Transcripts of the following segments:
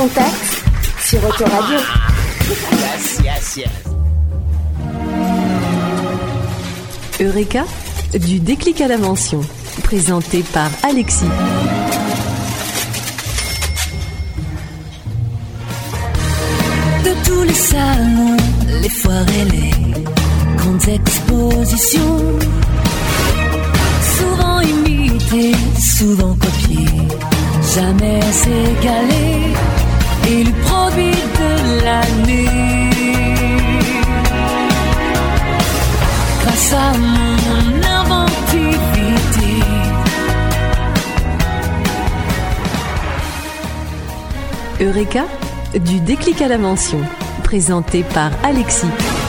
Contact sur Autoradio. Yes. Eureka, du déclic à l'invention, présenté par Alexis. De tous les salons, les foires et les grandes expositions, souvent imité, souvent copié, jamais égalé, élu produit de l'année. Grâce à mon inventivité, Eureka, du déclic à l'invention, présenté par Alexis.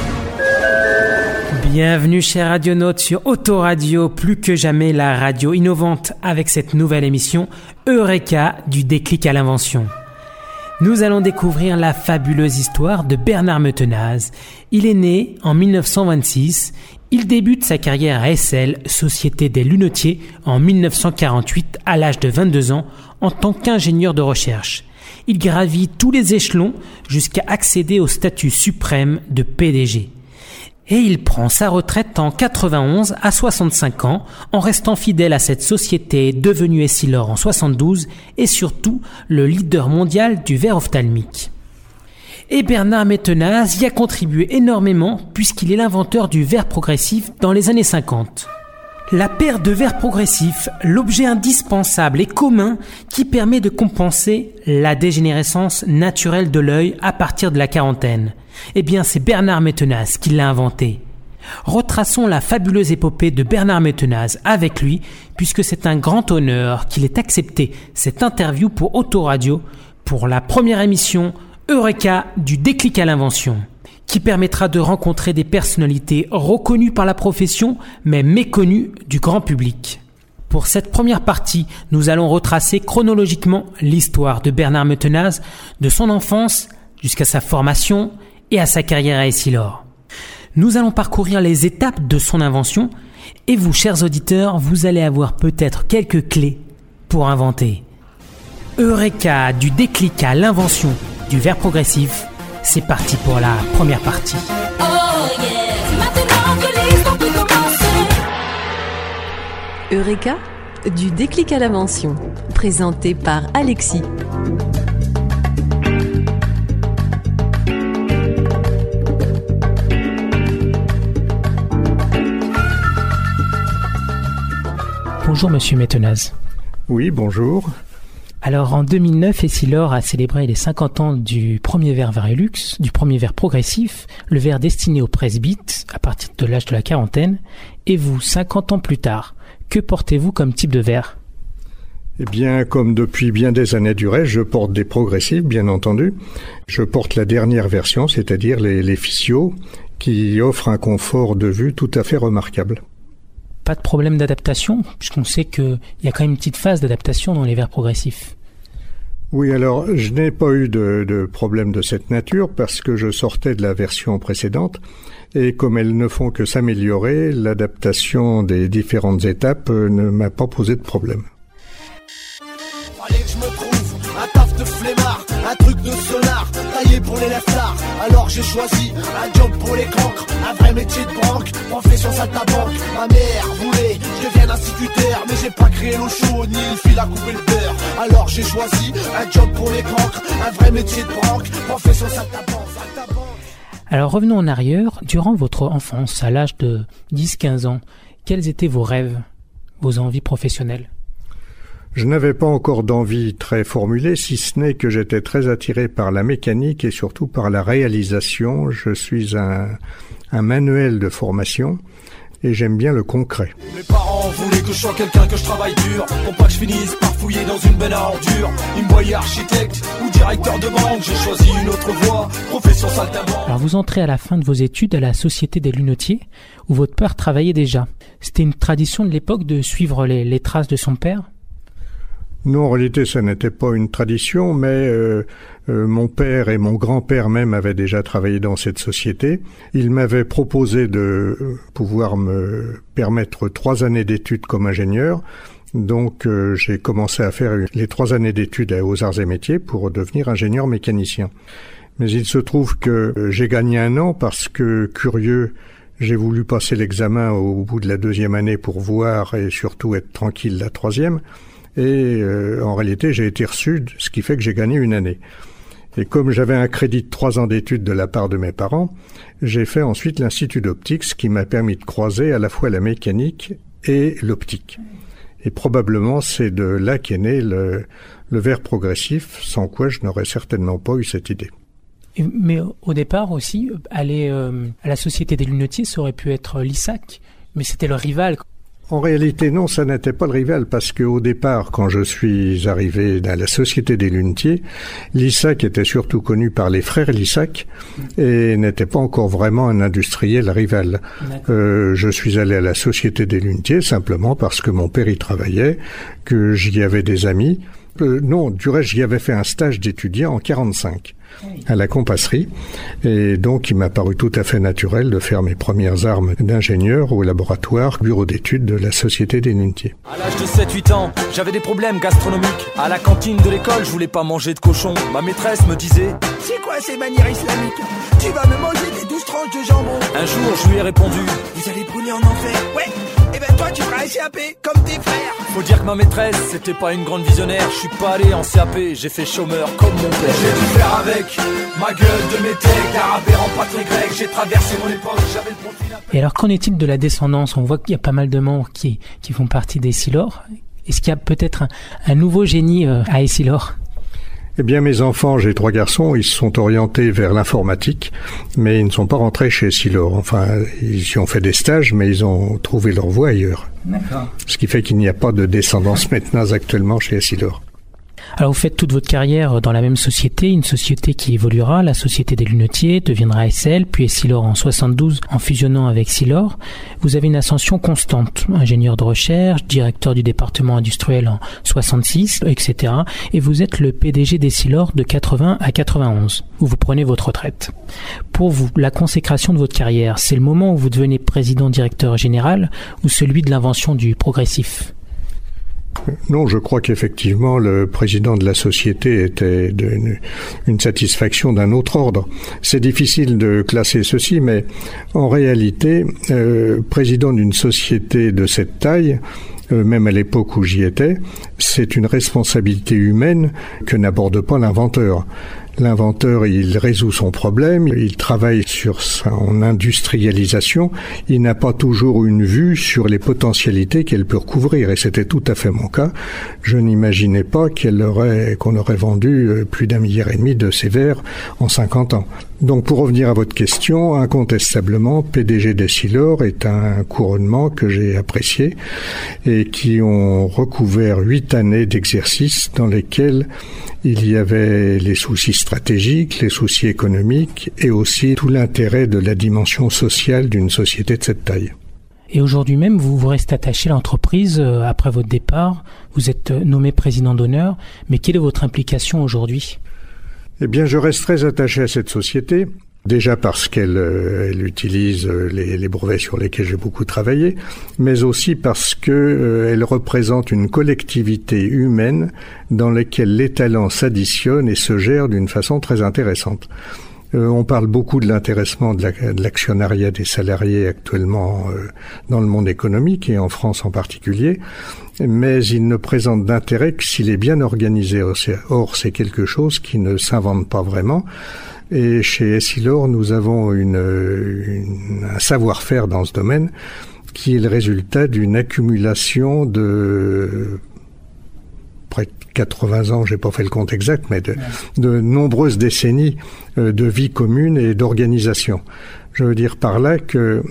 Bienvenue chers radionautes sur Autoradio, plus que jamais la radio innovante avec cette nouvelle émission Eureka, du déclic à l'invention. Nous allons découvrir la fabuleuse histoire de Bernard Meutenaz. Il est né en 1926. Il débute sa carrière à SL, Société des Lunetiers, en 1948 à l'âge de 22 ans en tant qu'ingénieur de recherche. Il gravit tous les échelons jusqu'à accéder au statut suprême de PDG. Et il prend sa retraite en 91 à 65 ans en restant fidèle à cette société devenue Essilor en 72 et surtout le leader mondial du verre ophtalmique. Et Bernard Meutenaz y a contribué énormément puisqu'il est l'inventeur du verre progressif dans les années 50. La paire de verres progressifs, l'objet indispensable et commun qui permet de compenser la dégénérescence naturelle de l'œil à partir de la quarantaine. Eh bien, c'est Bernard Meutenaz qui l'a inventé. Retraçons la fabuleuse épopée de Bernard Meutenaz avec lui, puisque c'est un grand honneur qu'il ait accepté cette interview pour Autoradio pour la première émission Eureka du déclic à l'invention, qui permettra de rencontrer des personnalités reconnues par la profession, mais méconnues du grand public. Pour cette première partie, nous allons retracer chronologiquement l'histoire de Bernard Meutenaz, de son enfance jusqu'à sa formation et à sa carrière à Essilor. Nous allons parcourir les étapes de son invention et vous, chers auditeurs, vous allez avoir peut-être quelques clés pour inventer. Eureka, du déclic à l'invention du verre progressif, c'est parti pour la première partie. oh yeah, c'est maintenant que l'histoire peut commencer. Eureka, du déclic à l'invention, présenté par Alexis. Bonjour Monsieur Meutenaz. Oui, bonjour. Alors en 2009, Essilor a célébré les 50 ans du premier verre Varilux, du premier verre progressif, le verre destiné aux presbytes à partir de l'âge de la quarantaine. Et vous, 50 ans plus tard, que portez-vous comme type de verre ? Eh bien, comme depuis bien des années du reste, je porte des progressifs, bien entendu. Je porte la dernière version, c'est-à-dire les Ficio, qui offrent un confort de vue tout à fait remarquable. Pas de problème d'adaptation, puisqu'on sait qu'il y a quand même une petite phase d'adaptation dans les verres progressifs. Oui, alors, je n'ai pas eu de problème de cette nature parce que je sortais de la version précédente et comme elles ne font que s'améliorer, l'adaptation des différentes étapes ne m'a pas posé de problème. Fallait que je me trouve un taf de flemmard, un truc de sonar, taillé pour les leftards. Alors j'ai choisi un job pour les cancres, un vrai métier de banque, profession saltabanque. Ma mère voulait que je devienne instituteur, mais j'ai pas créé l'eau chaude ni une file à couper le beurre. Alors j'ai choisi un job pour les cancres, un vrai métier de banque, profession saltabanque. Alors revenons en arrière, durant votre enfance, à l'âge de 10-15 ans, quels étaient vos rêves, vos envies professionnelles ? Je n'avais pas encore d'envie très formulée, si ce n'est que j'étais très attiré par la mécanique et surtout par la réalisation. Je suis un manuel de formation et j'aime bien le concret. Mes parents voulaient que je sois quelqu'un, que je travaille dur, pour pas que je finisse par fouiller dans une benne à ordures. Ils me voyaient architecte ou directeur de banque, j'ai choisi une autre voie, profession saltimbanque. Alors vous entrez à la fin de vos études à la Société des Lunetiers, où votre père travaillait déjà. C'était une tradition de l'époque de suivre les traces de son père ? Non, en réalité, ça n'était pas une tradition, mais mon père et mon grand-père même avaient déjà travaillé dans cette société. Ils m'avaient proposé de pouvoir me permettre 3 années d'études comme ingénieur, Donc j'ai commencé à faire les 3 années d'études aux arts et métiers pour devenir ingénieur mécanicien. Mais il se trouve que j'ai gagné 1 an parce que, curieux, j'ai voulu passer l'examen au bout de la 2e année pour voir et surtout être tranquille la 3e. Et en réalité, j'ai été reçu, ce qui fait que j'ai gagné 1 année. Et comme j'avais un crédit de 3 ans d'études de la part de mes parents, j'ai fait ensuite l'Institut d'optique, ce qui m'a permis de croiser à la fois la mécanique et l'optique. Et probablement, c'est de là qu'est né le verre progressif, sans quoi je n'aurais certainement pas eu cette idée. Mais au départ aussi, aller à la Société des lunetiers, ça aurait pu être l'ISAC, mais c'était le rival. En réalité, non, ça n'était pas le rival, parce qu'au départ, quand je suis arrivé à la Société des lunetiers, l'ISAC était surtout connu par les frères Lissac et n'était pas encore vraiment un industriel rival. Je suis allé à la Société des lunetiers simplement parce que mon père y travaillait, que j'y avais des amis. Non, du reste, j'y avais fait un stage d'étudiant en 1945 à la compasserie, et donc il m'a paru tout à fait naturel de faire mes premières armes d'ingénieur au laboratoire bureau d'études de la Société des lunetiers. À l'âge de 7-8 ans, j'avais des problèmes gastronomiques. À la cantine de l'école, je voulais pas manger de cochon. Ma maîtresse me disait: c'est quoi ces manières islamiques? Tu vas me manger des 12 tranches de jambon. Un jour, je lui ai répondu: vous allez brûler en enfer. Ouais. Eh ben toi tu feras SCAP comme tes frères. Faut dire que ma maîtresse c'était pas une grande visionnaire. Je suis pas allé en CAP, j'ai fait chômeur comme mon père. J'ai dû faire avec ma gueule de métèque, arabe en pas très grec. J'ai traversé mon époque, j'avais le profil. Et alors qu'en est-il de la descendance? On voit qu'il y a pas mal de membres qui font partie d'Essilor. Est-ce qu'il y a peut-être un nouveau génie à Essilor? Eh bien, mes enfants, j'ai 3 garçons, ils se sont orientés vers l'informatique, mais ils ne sont pas rentrés chez Essilor. Enfin, ils y ont fait des stages, mais ils ont trouvé leur voie ailleurs. D'accord. Ce qui fait qu'il n'y a pas de descendance maintenant actuellement chez Essilor. Alors vous faites toute votre carrière dans la même société, une société qui évoluera, la Société des lunetiers deviendra SL, puis Essilor en 72 en fusionnant avec Silor. Vous avez une ascension constante, ingénieur de recherche, directeur du département industriel en 66, etc. Et vous êtes le PDG d'Essilor de 80 à 91, où vous prenez votre retraite. Pour vous, la consécration de votre carrière, c'est le moment où vous devenez président-directeur général ou celui de l'invention du progressif? Non, je crois qu'effectivement, le président de la société était une satisfaction d'un autre ordre. C'est difficile de classer ceci, mais en réalité, président d'une société de cette taille, même à l'époque où j'y étais, c'est une responsabilité humaine que n'aborde pas l'inventeur. L'inventeur, il résout son problème, il travaille sur son industrialisation, il n'a pas toujours une vue sur les potentialités qu'elle peut recouvrir, et c'était tout à fait mon cas. Je n'imaginais pas qu'on aurait vendu plus d'1,5 milliard de ces verres en 50 ans. Donc pour revenir à votre question, incontestablement, PDG d'Essilor est un couronnement que j'ai apprécié et qui ont recouvert 8 années d'exercice dans lesquelles il y avait les soucis stratégiques, les soucis économiques et aussi tout l'intérêt de la dimension sociale d'une société de cette taille. Et aujourd'hui même, vous restez attaché à l'entreprise après votre départ. Vous êtes nommé président d'honneur, mais quelle est votre implication aujourd'hui ? Eh bien, je reste très attaché à cette société. Déjà parce qu'elle utilise les brevets sur lesquels j'ai beaucoup travaillé, mais aussi parce que elle représente une collectivité humaine dans laquelle les talents s'additionnent et se gèrent d'une façon très intéressante. On parle beaucoup de l'intéressement de l'actionnariat des salariés actuellement dans le monde économique et en France en particulier, mais il ne présente d'intérêt que s'il est bien organisé. Or, c'est quelque chose qui ne s'invente pas vraiment. Et chez Essilor, nous avons un savoir-faire dans ce domaine qui est le résultat d'une accumulation de près de 80 ans, j'ai pas fait le compte exact, mais de nombreuses décennies de vie commune et d'organisation. Je veux dire par là que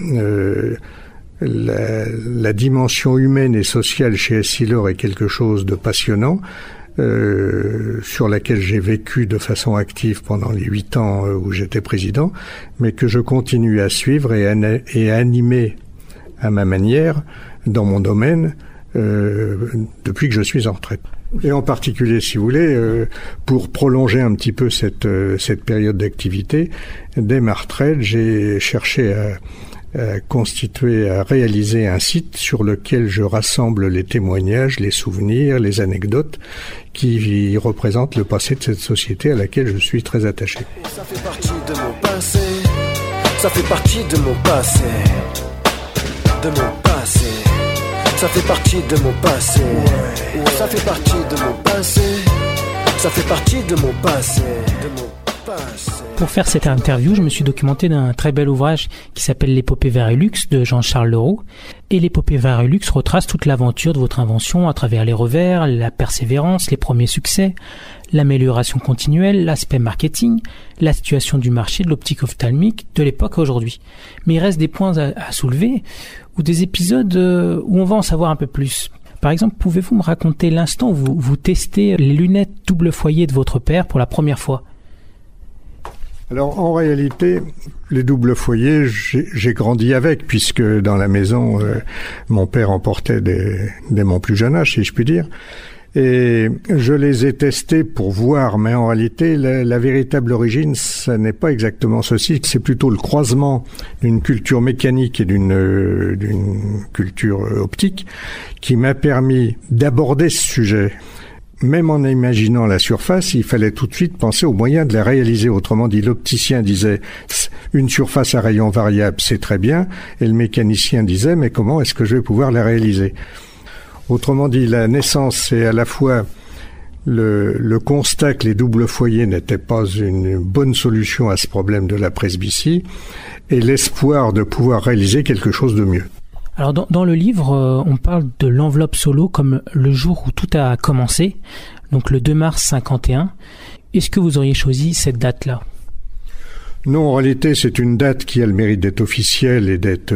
la dimension humaine et sociale chez Essilor est quelque chose de passionnant, sur laquelle j'ai vécu de façon active pendant les 8 ans où j'étais président, mais que je continue à suivre et à animer à ma manière dans mon domaine depuis que je suis en retraite. Et en particulier, si vous voulez, pour prolonger un petit peu cette période d'activité, dès ma retraite, j'ai cherché à réaliser un site sur lequel je rassemble les témoignages, les souvenirs, les anecdotes qui représentent le passé de cette société à laquelle je suis très attaché. Ça fait partie de mon passé, ça fait partie de mon passé, de mon passé, ça fait partie de mon passé, ça fait partie de mon passé, ça fait partie de mon passé, de mon passé. Pour faire cette interview, je me suis documenté d'un très bel ouvrage qui s'appelle L'épopée Verrelux de Jean-Charles Leroux. Et l'épopée Verrelux retrace toute l'aventure de votre invention à travers les revers, la persévérance, les premiers succès, l'amélioration continuelle, l'aspect marketing, la situation du marché de l'optique ophtalmique de l'époque à aujourd'hui. Mais il reste des points à soulever ou des épisodes où on va en savoir un peu plus. Par exemple, pouvez-vous me raconter l'instant où vous testez les lunettes double foyer de votre père pour la première fois ? Alors en réalité, les doubles foyers, j'ai grandi avec, puisque dans la maison, mon père en portait dès mon plus jeune âge, si je puis dire. Et je les ai testés pour voir, mais en réalité, la véritable origine, ça n'est pas exactement ceci, c'est plutôt le croisement d'une culture mécanique et d'une culture optique qui m'a permis d'aborder ce sujet. Même en imaginant la surface, il fallait tout de suite penser aux moyens de la réaliser. Autrement dit, l'opticien disait une surface à rayon variable, c'est très bien, et le mécanicien disait mais comment est-ce que je vais pouvoir la réaliser ? Autrement dit, la naissance, c'est à la fois le constat que les doubles foyers n'étaient pas une bonne solution à ce problème de la presbytie et l'espoir de pouvoir réaliser quelque chose de mieux. Alors dans le livre, on parle de l'enveloppe solo comme le jour où tout a commencé, donc le 2 mars 51. Est-ce que vous auriez choisi cette date-là ? Non, en réalité, c'est une date qui a le mérite d'être officielle et d'être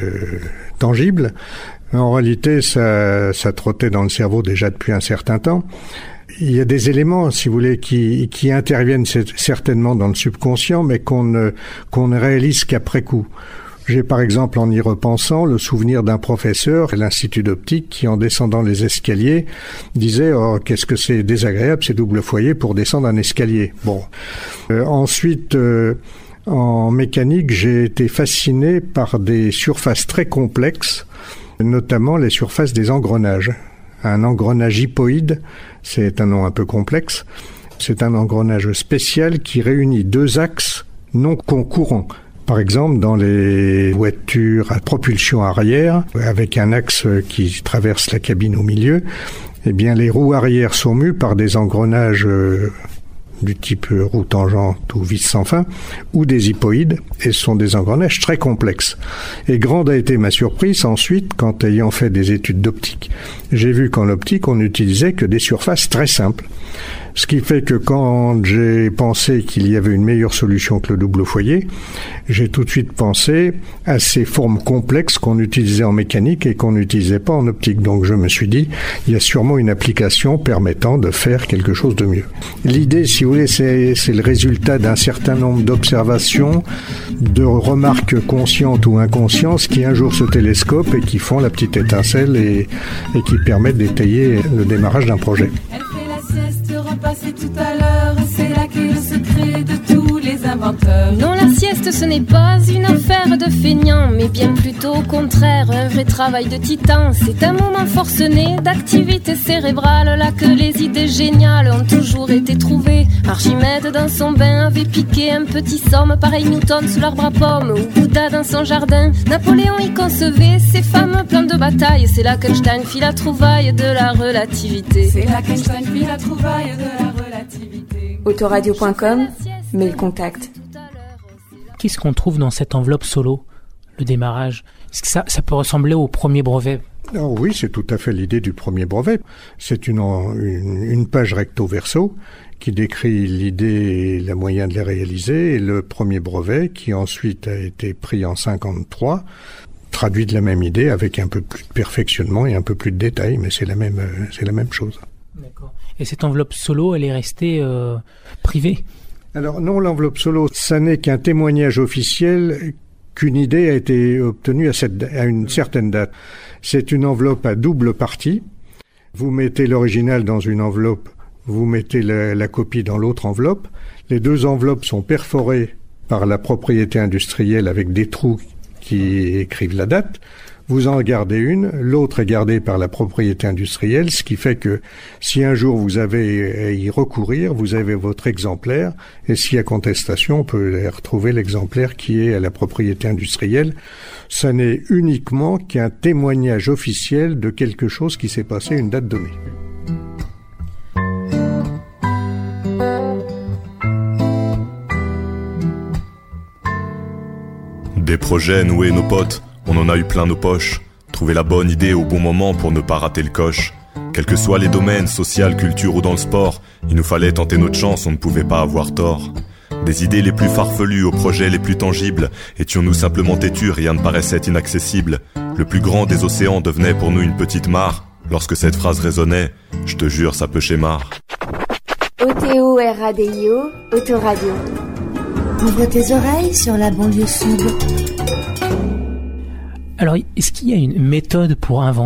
tangible. En réalité, ça trottait dans le cerveau déjà depuis un certain temps. Il y a des éléments, si vous voulez, qui interviennent certainement dans le subconscient, mais qu'on ne réalise qu'après coup. J'ai par exemple, en y repensant, le souvenir d'un professeur à l'Institut d'optique qui, en descendant les escaliers, disait « Oh, qu'est-ce que c'est désagréable ces doubles foyers pour descendre un escalier ». Bon. Ensuite, en mécanique, j'ai été fasciné par des surfaces très complexes, notamment les surfaces des engrenages. Un engrenage hypoïde, c'est un nom un peu complexe, c'est un engrenage spécial qui réunit deux axes non concurrents. Par exemple, dans les voitures à propulsion arrière, avec un axe qui traverse la cabine au milieu, eh bien, les roues arrière sont mues par des engrenages du type roue tangente ou vis sans fin, ou des hypoïdes, et ce sont des engrenages très complexes. Et grande a été ma surprise ensuite, quand ayant fait des études d'optique, j'ai vu qu'en optique, on n'utilisait que des surfaces très simples. Ce qui fait que quand j'ai pensé qu'il y avait une meilleure solution que le double foyer, j'ai tout de suite pensé à ces formes complexes qu'on utilisait en mécanique et qu'on n'utilisait pas en optique. Donc je me suis dit, il y a sûrement une application permettant de faire quelque chose de mieux. L'idée, si vous voulez, c'est le résultat d'un certain nombre d'observations, de remarques conscientes ou inconscientes qui un jour se télescopent et qui font la petite étincelle et qui permettent d'étayer le démarrage d'un projet. Repassé tout à l'heure, c'est là qu'est le secret de tous les inventeurs. Non, la sieste ce n'est pas une affaire de feignant, mais bien plutôt au contraire, un vrai travail de titan. C'est un moment forcené d'activité cérébrale, là que les idées géniales ont toujours été trouvées. Archimède dans son bain avait piqué un petit somme, pareil Newton sous l'arbre à pommes, ou Bouddha dans son jardin. Napoléon y concevait ses fameux plans de bataille, c'est là qu'Einstein fit la trouvaille de la relativité. C'est là qu'Einstein fit la trouvaille de la relativité. Autoradio.com, mail contact. Qu'est-ce qu'on trouve dans cette enveloppe solo, le démarrage ? Est-ce que ça peut ressembler au premier brevet ? Oh oui, c'est tout à fait l'idée du premier brevet. C'est une page recto-verso qui décrit l'idée et la moyen de la réaliser, et le premier brevet qui ensuite a été pris en 53, traduit de la même idée avec un peu plus de perfectionnement et un peu plus de détails, mais c'est la même chose. D'accord. Et cette enveloppe solo, elle est restée privée ? Alors non, l'enveloppe solo, ça n'est qu'un témoignage officiel qu'une idée a été obtenue à une certaine date. C'est une enveloppe à double partie. Vous mettez l'original dans une enveloppe, vous mettez la copie dans l'autre enveloppe. Les deux enveloppes sont perforées par la propriété industrielle avec des trous qui écrivent la date. Vous en gardez une, l'autre est gardée par la propriété industrielle, ce qui fait que si un jour vous avez à y recourir, vous avez votre exemplaire, et s'il y a contestation, on peut retrouver l'exemplaire qui est à la propriété industrielle. Ça n'est uniquement qu'un témoignage officiel de quelque chose qui s'est passé à une date donnée. Des projets noués nos potes, on en a eu plein nos poches. Trouver la bonne idée au bon moment pour ne pas rater le coche. Quels que soient les domaines, social, culture ou dans le sport, il nous fallait tenter notre chance, on ne pouvait pas avoir tort. Des idées les plus farfelues aux projets les plus tangibles, étions-nous simplement têtus, rien ne paraissait inaccessible. Le plus grand des océans devenait pour nous une petite mare. Lorsque cette phrase résonnait, je te jure, ça peut schémar. OTO-RADIO, Autoradio. Ouvre tes oreilles sur la banlieue sud. Alors, est-ce qu'il y a une méthode pour inventer ?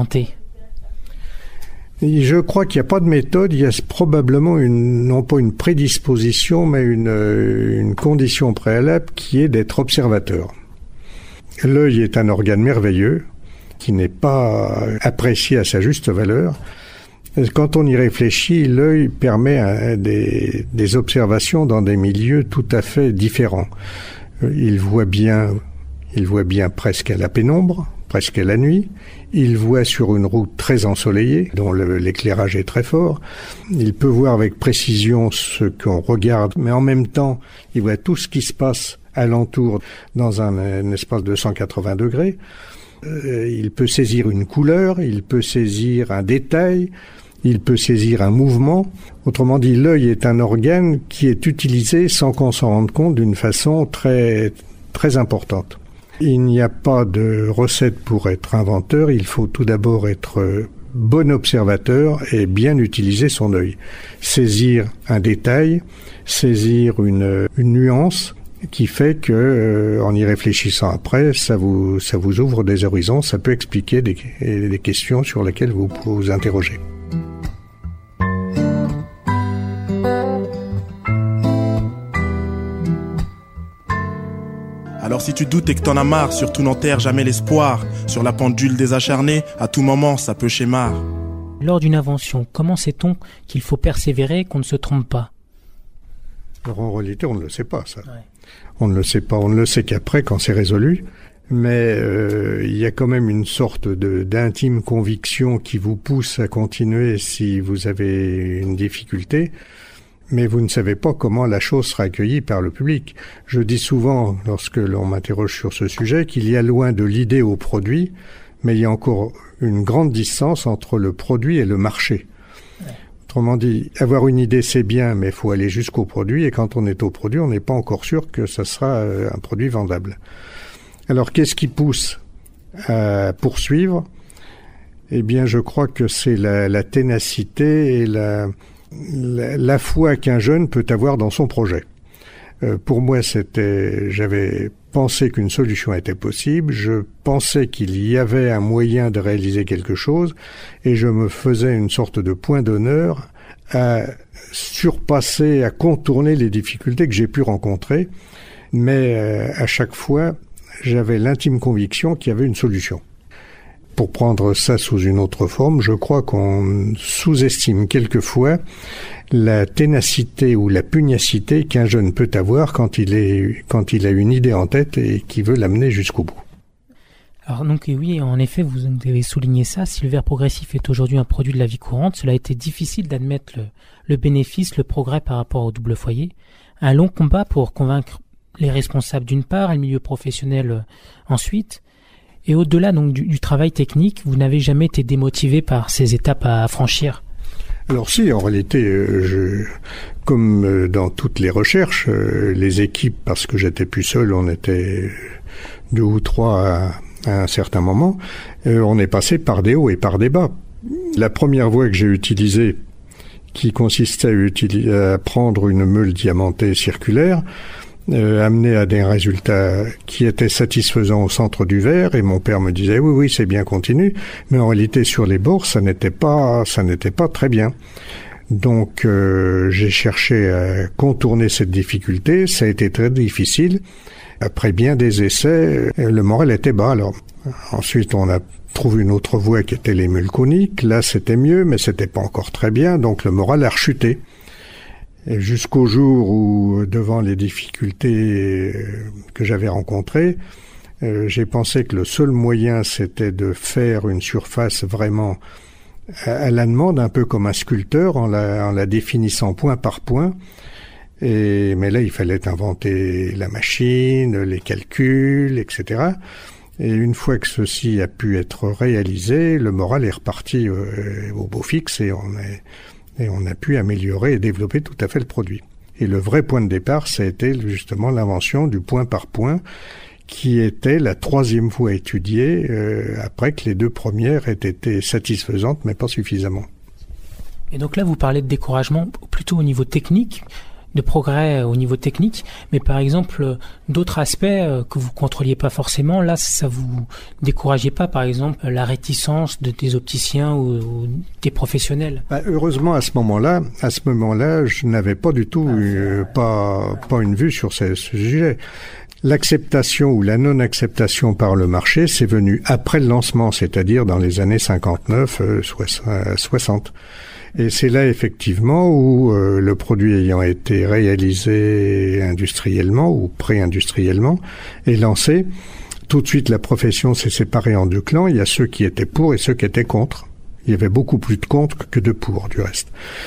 Je crois qu'il n'y a pas de méthode, il y a probablement non pas une prédisposition, mais une condition préalable qui est d'être observateur. L'œil est un organe merveilleux qui n'est pas apprécié à sa juste valeur. Quand on y réfléchit, l'œil permet des observations dans des milieux tout à fait différents. Il voit bien presque à la pénombre, presque à la nuit. Il voit sur une route très ensoleillée, dont l'éclairage est très fort. Il peut voir avec précision ce qu'on regarde, mais en même temps, il voit tout ce qui se passe alentour dans un espace de 180 degrés. Il peut saisir une couleur, il peut saisir un détail, il peut saisir un mouvement. Autrement dit, l'œil est un organe qui est utilisé sans qu'on s'en rende compte d'une façon très, très importante. Il n'y a pas de recette pour être inventeur, il faut tout d'abord être bon observateur et bien utiliser son œil. Saisir un détail, saisir une nuance qui fait que, en y réfléchissant après, ça vous ouvre des horizons, ça peut expliquer des questions sur lesquelles vous pouvez vous interroger. Alors si tu doutes et que t'en as marre, surtout n'enterre jamais l'espoir. Sur la pendule des acharnés, à tout moment, ça peut schémar. Lors d'une invention, comment sait-on qu'il faut persévérer, qu'on ne se trompe pas ? Alors en réalité, on ne le sait pas, ça. Ouais. On ne le sait pas, on ne le sait qu'après, quand c'est résolu. Mais il y a quand même une sorte d'intime conviction qui vous pousse à continuer si vous avez une difficulté. Mais vous ne savez pas comment la chose sera accueillie par le public. Je dis souvent, lorsque l'on m'interroge sur ce sujet, qu'il y a loin de l'idée au produit, mais il y a encore une grande distance entre le produit et le marché. Ouais. Autrement dit, avoir une idée, c'est bien, mais il faut aller jusqu'au produit, et quand on est au produit, on n'est pas encore sûr que ça sera un produit vendable. Alors, qu'est-ce qui pousse à poursuivre ? Eh bien, je crois que c'est la ténacité et la foi qu'un jeune peut avoir dans son projet. Pour moi, j'avais pensé qu'une solution était possible, je pensais qu'il y avait un moyen de réaliser quelque chose, et je me faisais une sorte de point d'honneur à surpasser, à contourner les difficultés que j'ai pu rencontrer, mais à chaque fois, j'avais l'intime conviction qu'il y avait une solution. Pour prendre ça sous une autre forme, je crois qu'on sous-estime quelquefois la ténacité ou la pugnacité qu'un jeune peut avoir quand il a une idée en tête et qui veut l'amener jusqu'au bout. Alors donc oui, en effet, vous avez souligné ça. Si le verre progressif est aujourd'hui un produit de la vie courante, cela a été difficile d'admettre le bénéfice, le progrès par rapport au double foyer. Un long combat pour convaincre les responsables d'une part et le milieu professionnel ensuite. Et au-delà donc du travail technique, vous n'avez jamais été démotivé par ces étapes à franchir ? Alors si, en réalité, comme dans toutes les recherches, les équipes, parce que j'étais plus seul, on était 2 ou 3 à un certain moment, on est passé par des hauts et par des bas. La première voie que j'ai utilisée, qui consistait à prendre une meule diamantée circulaire, amené à des résultats qui étaient satisfaisants au centre du verre, et mon père me disait oui c'est bien, continue, mais en réalité sur les bords ça n'était pas très bien. Donc j'ai cherché à contourner cette difficulté, ça a été très difficile, Après bien des essais, le moral était bas. Alors ensuite, on a trouvé une autre voie qui était l'émule conique. Là, c'était mieux, mais c'était pas encore très bien, donc le moral a rechuté. Et jusqu'au jour où, devant les difficultés que j'avais rencontrées, j'ai pensé que le seul moyen, c'était de faire une surface vraiment à la demande, un peu comme un sculpteur, en la définissant point par point. Mais là, il fallait inventer la machine, les calculs, etc. Et une fois que ceci a pu être réalisé, le moral est reparti au beau fixe et on a pu améliorer et développer tout à fait le produit. Et le vrai point de départ, ça a été justement l'invention du point par point, qui était la troisième fois étudiée après que les deux premières aient été satisfaisantes, mais pas suffisamment. Et donc là, vous parlez de découragement plutôt au niveau technique, de progrès au niveau technique, mais par exemple, d'autres aspects que vous contrôliez pas forcément, là, ça vous décourageait pas, par exemple, la réticence des opticiens ou des professionnels? Heureusement, à ce moment-là, je n'avais pas du tout pas une vue sur ce sujet. L'acceptation ou la non-acceptation par le marché, c'est venu après le lancement, c'est-à-dire dans les années 59, 60. Et c'est là effectivement où le produit ayant été réalisé industriellement ou pré-industriellement est lancé. Tout de suite, la profession s'est séparée en deux clans. Il y a ceux qui étaient pour et ceux qui étaient contre. Il y avait beaucoup plus de contre que de pour, du reste.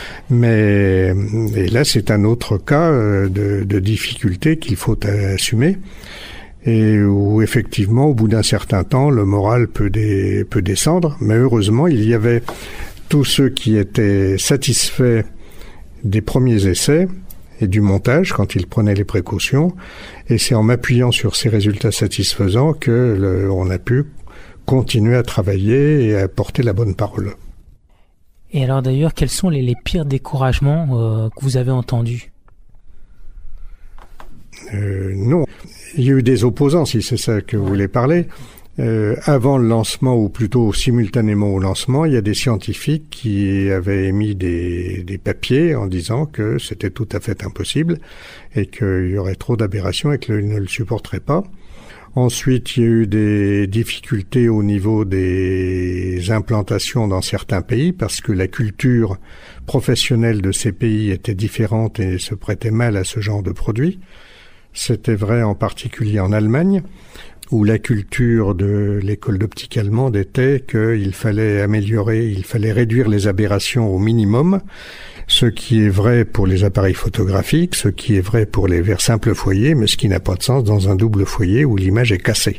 Et là, c'est un autre cas de difficulté qu'il faut assumer. Et où effectivement, au bout d'un certain temps, le moral peut descendre. Mais heureusement, il y avait tous ceux qui étaient satisfaits des premiers essais et du montage quand ils prenaient les précautions. Et c'est en m'appuyant sur ces résultats satisfaisants que on a pu continuer à travailler et à porter la bonne parole. Et alors d'ailleurs, quels sont les pires découragements que vous avez entendus? Non, il y a eu des opposants, si c'est ça que vous voulez parler. Avant le lancement, ou plutôt simultanément au lancement, il y a des scientifiques qui avaient émis des papiers en disant que c'était tout à fait impossible et qu'il y aurait trop d'aberrations et qu'ils ne le supporteraient pas. Ensuite, il y a eu des difficultés au niveau des implantations dans certains pays parce que la culture professionnelle de ces pays était différente et se prêtait mal à ce genre de produit. C'était vrai en particulier en Allemagne, où la culture de l'école d'optique allemande était qu'il fallait réduire les aberrations au minimum, ce qui est vrai pour les appareils photographiques, ce qui est vrai pour les verres simples foyers, mais ce qui n'a pas de sens dans un double foyer où l'image est cassée.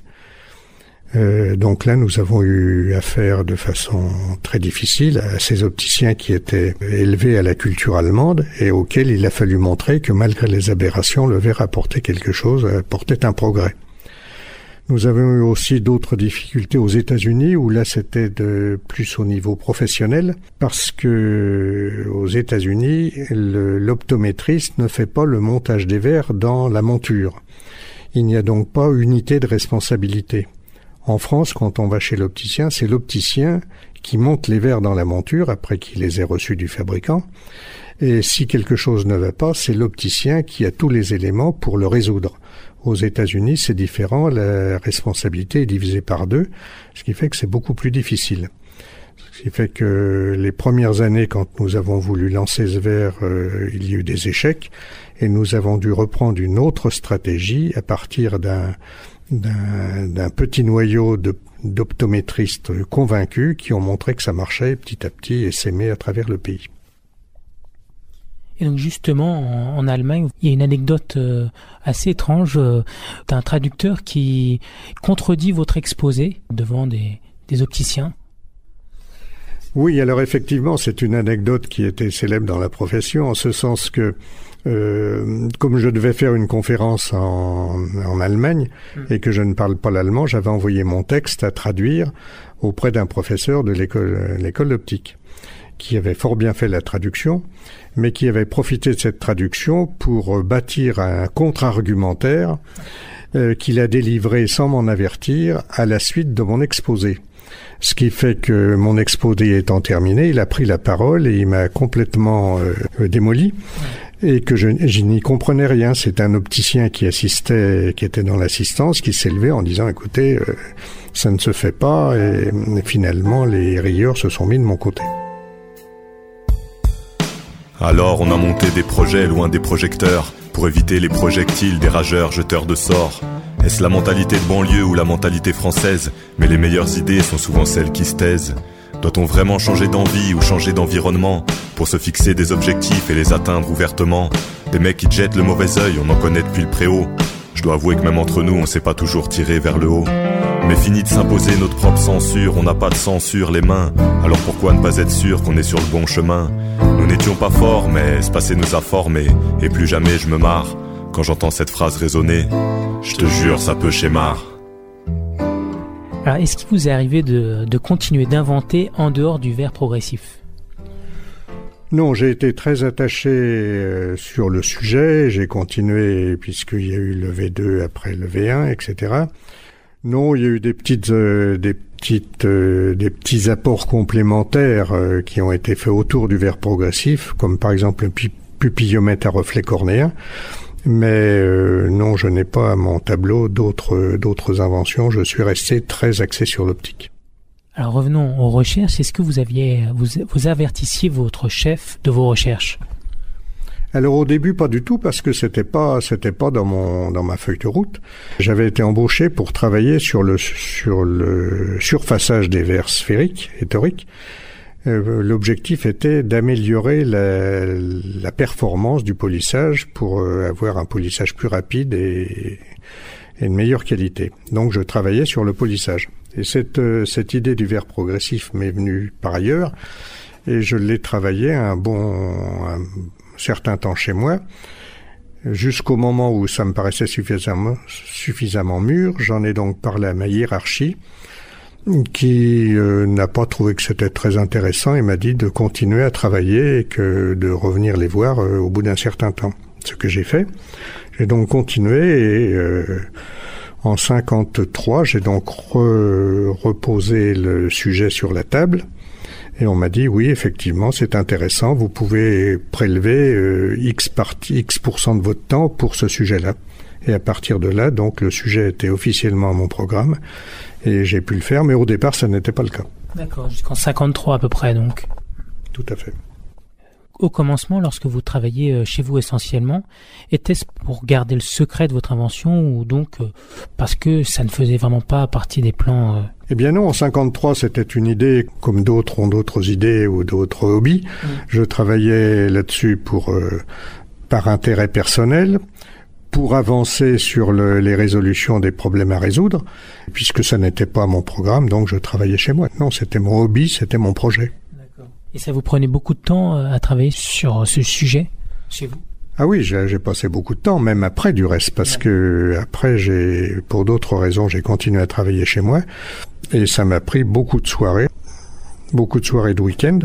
Donc là, nous avons eu affaire de façon très difficile à ces opticiens qui étaient élevés à la culture allemande et auxquels il a fallu montrer que malgré les aberrations, le verre apportait quelque chose, apportait un progrès. Nous avons eu aussi d'autres difficultés aux États-Unis où là c'était plus au niveau professionnel parce que aux États-Unis l'optométriste ne fait pas le montage des verres dans la monture. Il n'y a donc pas unité de responsabilité. En France, quand on va chez l'opticien, c'est l'opticien qui monte les verres dans la monture après qu'il les ait reçus du fabricant. Et si quelque chose ne va pas, c'est l'opticien qui a tous les éléments pour le résoudre. Aux États-Unis, c'est différent, la responsabilité est divisée par deux, ce qui fait que c'est beaucoup plus difficile. Ce qui fait que les premières années, quand nous avons voulu lancer ce verre, il y a eu des échecs, et nous avons dû reprendre une autre stratégie à partir d'un petit noyau d'optométristes convaincus qui ont montré que ça marchait petit à petit et s'aimer à travers le pays. Et donc justement, en Allemagne, il y a une anecdote assez étrange d'un traducteur qui contredit votre exposé devant des opticiens. Oui, alors effectivement, c'est une anecdote qui était célèbre dans la profession, en ce sens que comme je devais faire une conférence en Allemagne et que je ne parle pas l'allemand, j'avais envoyé mon texte à traduire auprès d'un professeur de l'école d'optique, qui avait fort bien fait la traduction, mais qui avait profité de cette traduction pour bâtir un contre-argumentaire qu'il a délivré sans m'en avertir à la suite de mon exposé. Ce qui fait que mon exposé étant terminé, il a pris la parole et il m'a complètement démoli. et que je n'y comprenais rien. C'est un opticien qui assistait, qui était dans l'assistance, qui s'est levé en disant écoutez, ça ne se fait pas, et finalement les rieurs se sont mis de mon côté. Alors on a monté des projets loin des projecteurs pour éviter les projectiles des rageurs jeteurs de sorts. Est-ce la mentalité de banlieue ou la mentalité française? Mais les meilleures idées sont souvent celles qui se taisent. Doit-on vraiment changer d'envie ou changer d'environnement pour se fixer des objectifs et les atteindre ouvertement? Des mecs qui te jettent le mauvais œil, on en connaît depuis le préau. Je dois avouer que même entre nous, on s'est pas toujours tiré vers le haut. Mais fini de s'imposer notre propre censure, on n'a pas de censure les mains. Alors pourquoi ne pas être sûr qu'on est sur le bon chemin? Nous n'étions pas forts, mais ce passé nous a formés. Et plus jamais je me marre quand j'entends cette phrase résonner. Je te jure, ça peut schémar. Alors, est-ce qu'il vous est arrivé de continuer d'inventer en dehors du vers progressif? Non, j'ai été très attaché sur le sujet. J'ai continué puisqu'il y a eu le V2 après le V1, etc. Non, il y a eu des petits apports complémentaires qui ont été faits autour du vers progressif, comme par exemple le pupillomètre à reflet cornéen. Mais non, je n'ai pas à mon tableau d'autres inventions. Je suis resté très axé sur l'optique. Alors revenons aux recherches. Est-ce que vous avertissiez votre chef de vos recherches? Alors au début pas du tout, parce que c'était pas dans ma feuille de route. J'avais été embauché pour travailler sur le surfaçage des verres sphériques et toriques. L'objectif était d'améliorer la performance du polissage pour avoir un polissage plus rapide et de meilleure qualité. Donc je travaillais sur le polissage. Et cette idée du verre progressif m'est venue par ailleurs, et je l'ai travaillé un certain temps chez moi, jusqu'au moment où ça me paraissait suffisamment mûr. J'en ai donc parlé à ma hiérarchie, qui n'a pas trouvé que c'était très intéressant et m'a dit de continuer à travailler et que de revenir les voir au bout d'un certain temps. Ce que j'ai fait. J'ai donc continué et en 53, j'ai donc reposé le sujet sur la table et on m'a dit oui, effectivement, c'est intéressant, vous pouvez prélever X% de votre temps pour ce sujet-là. Et à partir de là, donc, le sujet était officiellement à mon programme et j'ai pu le faire, mais au départ, ça n'était pas le cas. D'accord, jusqu'en 53 à peu près, donc. Tout à fait. Au commencement, lorsque vous travailliez chez vous essentiellement, était-ce pour garder le secret de votre invention ou donc parce que ça ne faisait vraiment pas partie des plans Eh bien non, en 53, c'était une idée, comme d'autres ont d'autres idées ou d'autres hobbies. Je travaillais là-dessus par intérêt personnel, pour avancer sur les résolutions des problèmes à résoudre, puisque ça n'était pas mon programme, donc je travaillais chez moi. Non, c'était mon hobby, c'était mon projet. D'accord. Et ça vous prenait beaucoup de temps à travailler sur ce sujet chez vous? Ah oui, j'ai passé beaucoup de temps, même après du reste, parce que après, pour d'autres raisons, j'ai continué à travailler chez moi, et ça m'a pris beaucoup de soirées de week-end,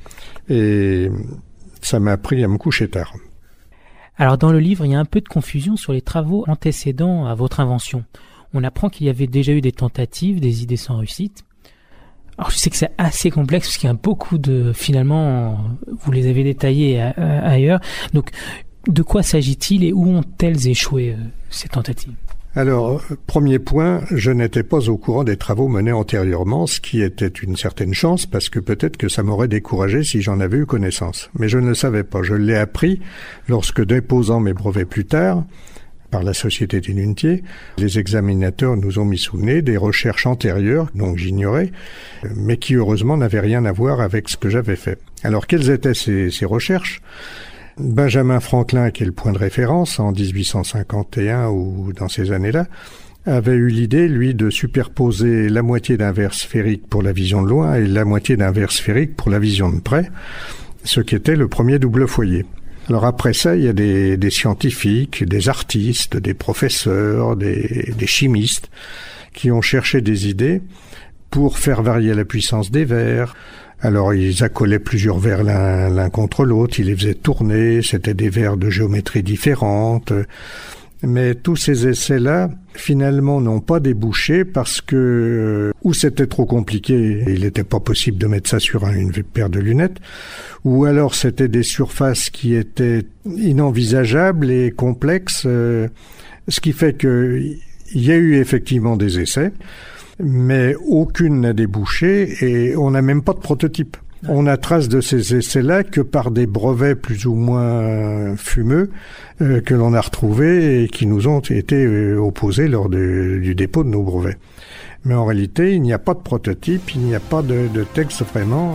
et ça m'a appris à me coucher tard. Alors dans le livre, il y a un peu de confusion sur les travaux antécédents à votre invention. On apprend qu'il y avait déjà eu des tentatives, des idées sans réussite. Alors je sais que c'est assez complexe parce qu'il y a beaucoup finalement, vous les avez détaillés ailleurs. Donc de quoi s'agit-il et où ont-elles échoué ces tentatives? Alors, premier point, je n'étais pas au courant des travaux menés antérieurement, ce qui était une certaine chance, parce que peut-être que ça m'aurait découragé si j'en avais eu connaissance. Mais je ne le savais pas. Je l'ai appris lorsque, déposant mes brevets plus tard, par la Société des Lunetiers, les examinateurs nous ont mis sous le nez des recherches antérieures, donc j'ignorais, mais qui heureusement n'avaient rien à voir avec ce que j'avais fait. Alors, quelles étaient ces recherches ? Benjamin Franklin, qui est le point de référence en 1851 ou dans ces années-là, avait eu l'idée, lui, de superposer la moitié d'un verre sphérique pour la vision de loin et la moitié d'un verre sphérique pour la vision de près, ce qui était le premier double foyer. Alors après ça, il y a des scientifiques, des artistes, des professeurs, des chimistes qui ont cherché des idées pour faire varier la puissance des verres. Alors ils accolaient plusieurs verres l'un contre l'autre, ils les faisaient tourner, c'était des verres de géométrie différente. Mais tous ces essais-là, finalement, n'ont pas débouché parce que ou c'était trop compliqué, il n'était pas possible de mettre ça sur une paire de lunettes, ou alors c'était des surfaces qui étaient inenvisageables et complexes, ce qui fait que il y a eu effectivement des essais, mais aucune n'a débouché et on n'a même pas de prototype. On n'a trace de ces essais-là que par des brevets plus ou moins fumeux que l'on a retrouvés et qui nous ont été opposés lors du dépôt de nos brevets. Mais en réalité, il n'y a pas de prototype, il n'y a pas de texte vraiment.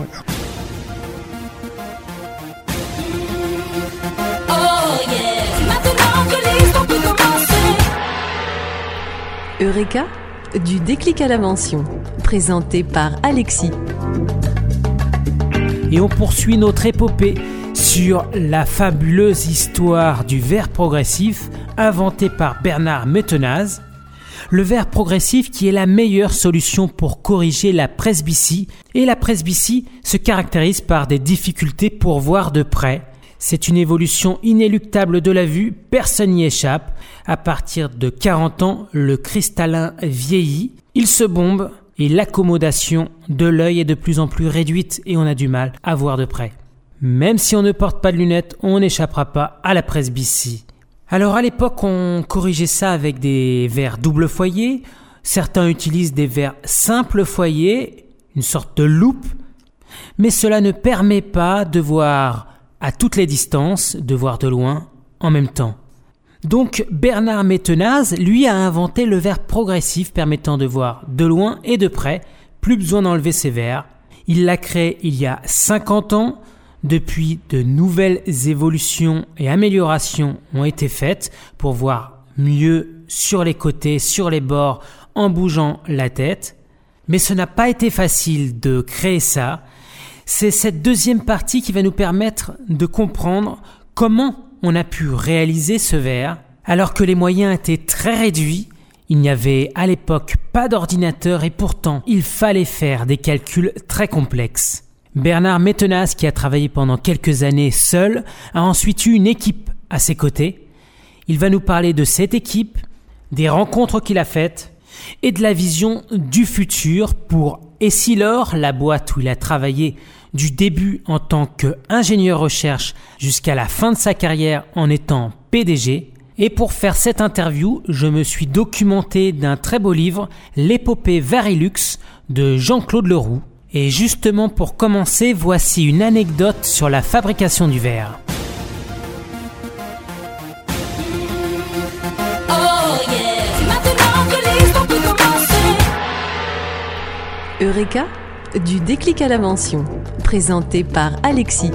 Eureka, du déclic à l'invention, présenté par Alexis. Et on poursuit notre épopée sur la fabuleuse histoire du verre progressif inventé par Bernard Metenaz. Le verre progressif qui est la meilleure solution pour corriger la presbytie. Et la presbytie se caractérise par des difficultés pour voir de près. C'est une évolution inéluctable de la vue, personne n'y échappe. À partir de 40 ans, le cristallin vieillit, il se bombe et l'accommodation de l'œil est de plus en plus réduite et on a du mal à voir de près. Même si on ne porte pas de lunettes, on n'échappera pas à la presbytie. Alors à l'époque, on corrigeait ça avec des verres double foyer. Certains utilisent des verres simple foyer, une sorte de loupe. Mais cela ne permet pas de voir à toutes les distances, de voir de loin en même temps. Donc Bernard Metenaz, lui, a inventé le verre progressif permettant de voir de loin et de près, plus besoin d'enlever ses verres. Il l'a créé il y a 50 ans. Depuis, de nouvelles évolutions et améliorations ont été faites pour voir mieux sur les côtés, sur les bords, en bougeant la tête. Mais ce n'a pas été facile de créer ça. C'est cette deuxième partie qui va nous permettre de comprendre comment on a pu réaliser ce verre, alors que les moyens étaient très réduits. Il n'y avait à l'époque pas d'ordinateur et pourtant il fallait faire des calculs très complexes. Bernard Metenaz, qui a travaillé pendant quelques années seul, a ensuite eu une équipe à ses côtés. Il va nous parler de cette équipe, des rencontres qu'il a faites et de la vision du futur pour Essilor, la boîte où il a travaillé du début en tant qu'ingénieur recherche jusqu'à la fin de sa carrière en étant PDG. Et pour faire cette interview, je me suis documenté d'un très beau livre, l'épopée Varilux de Jean-Claude Leroux. Et justement pour commencer, voici une anecdote sur la fabrication du verre. Eureka, du déclic à l'invention, présenté par Alexis.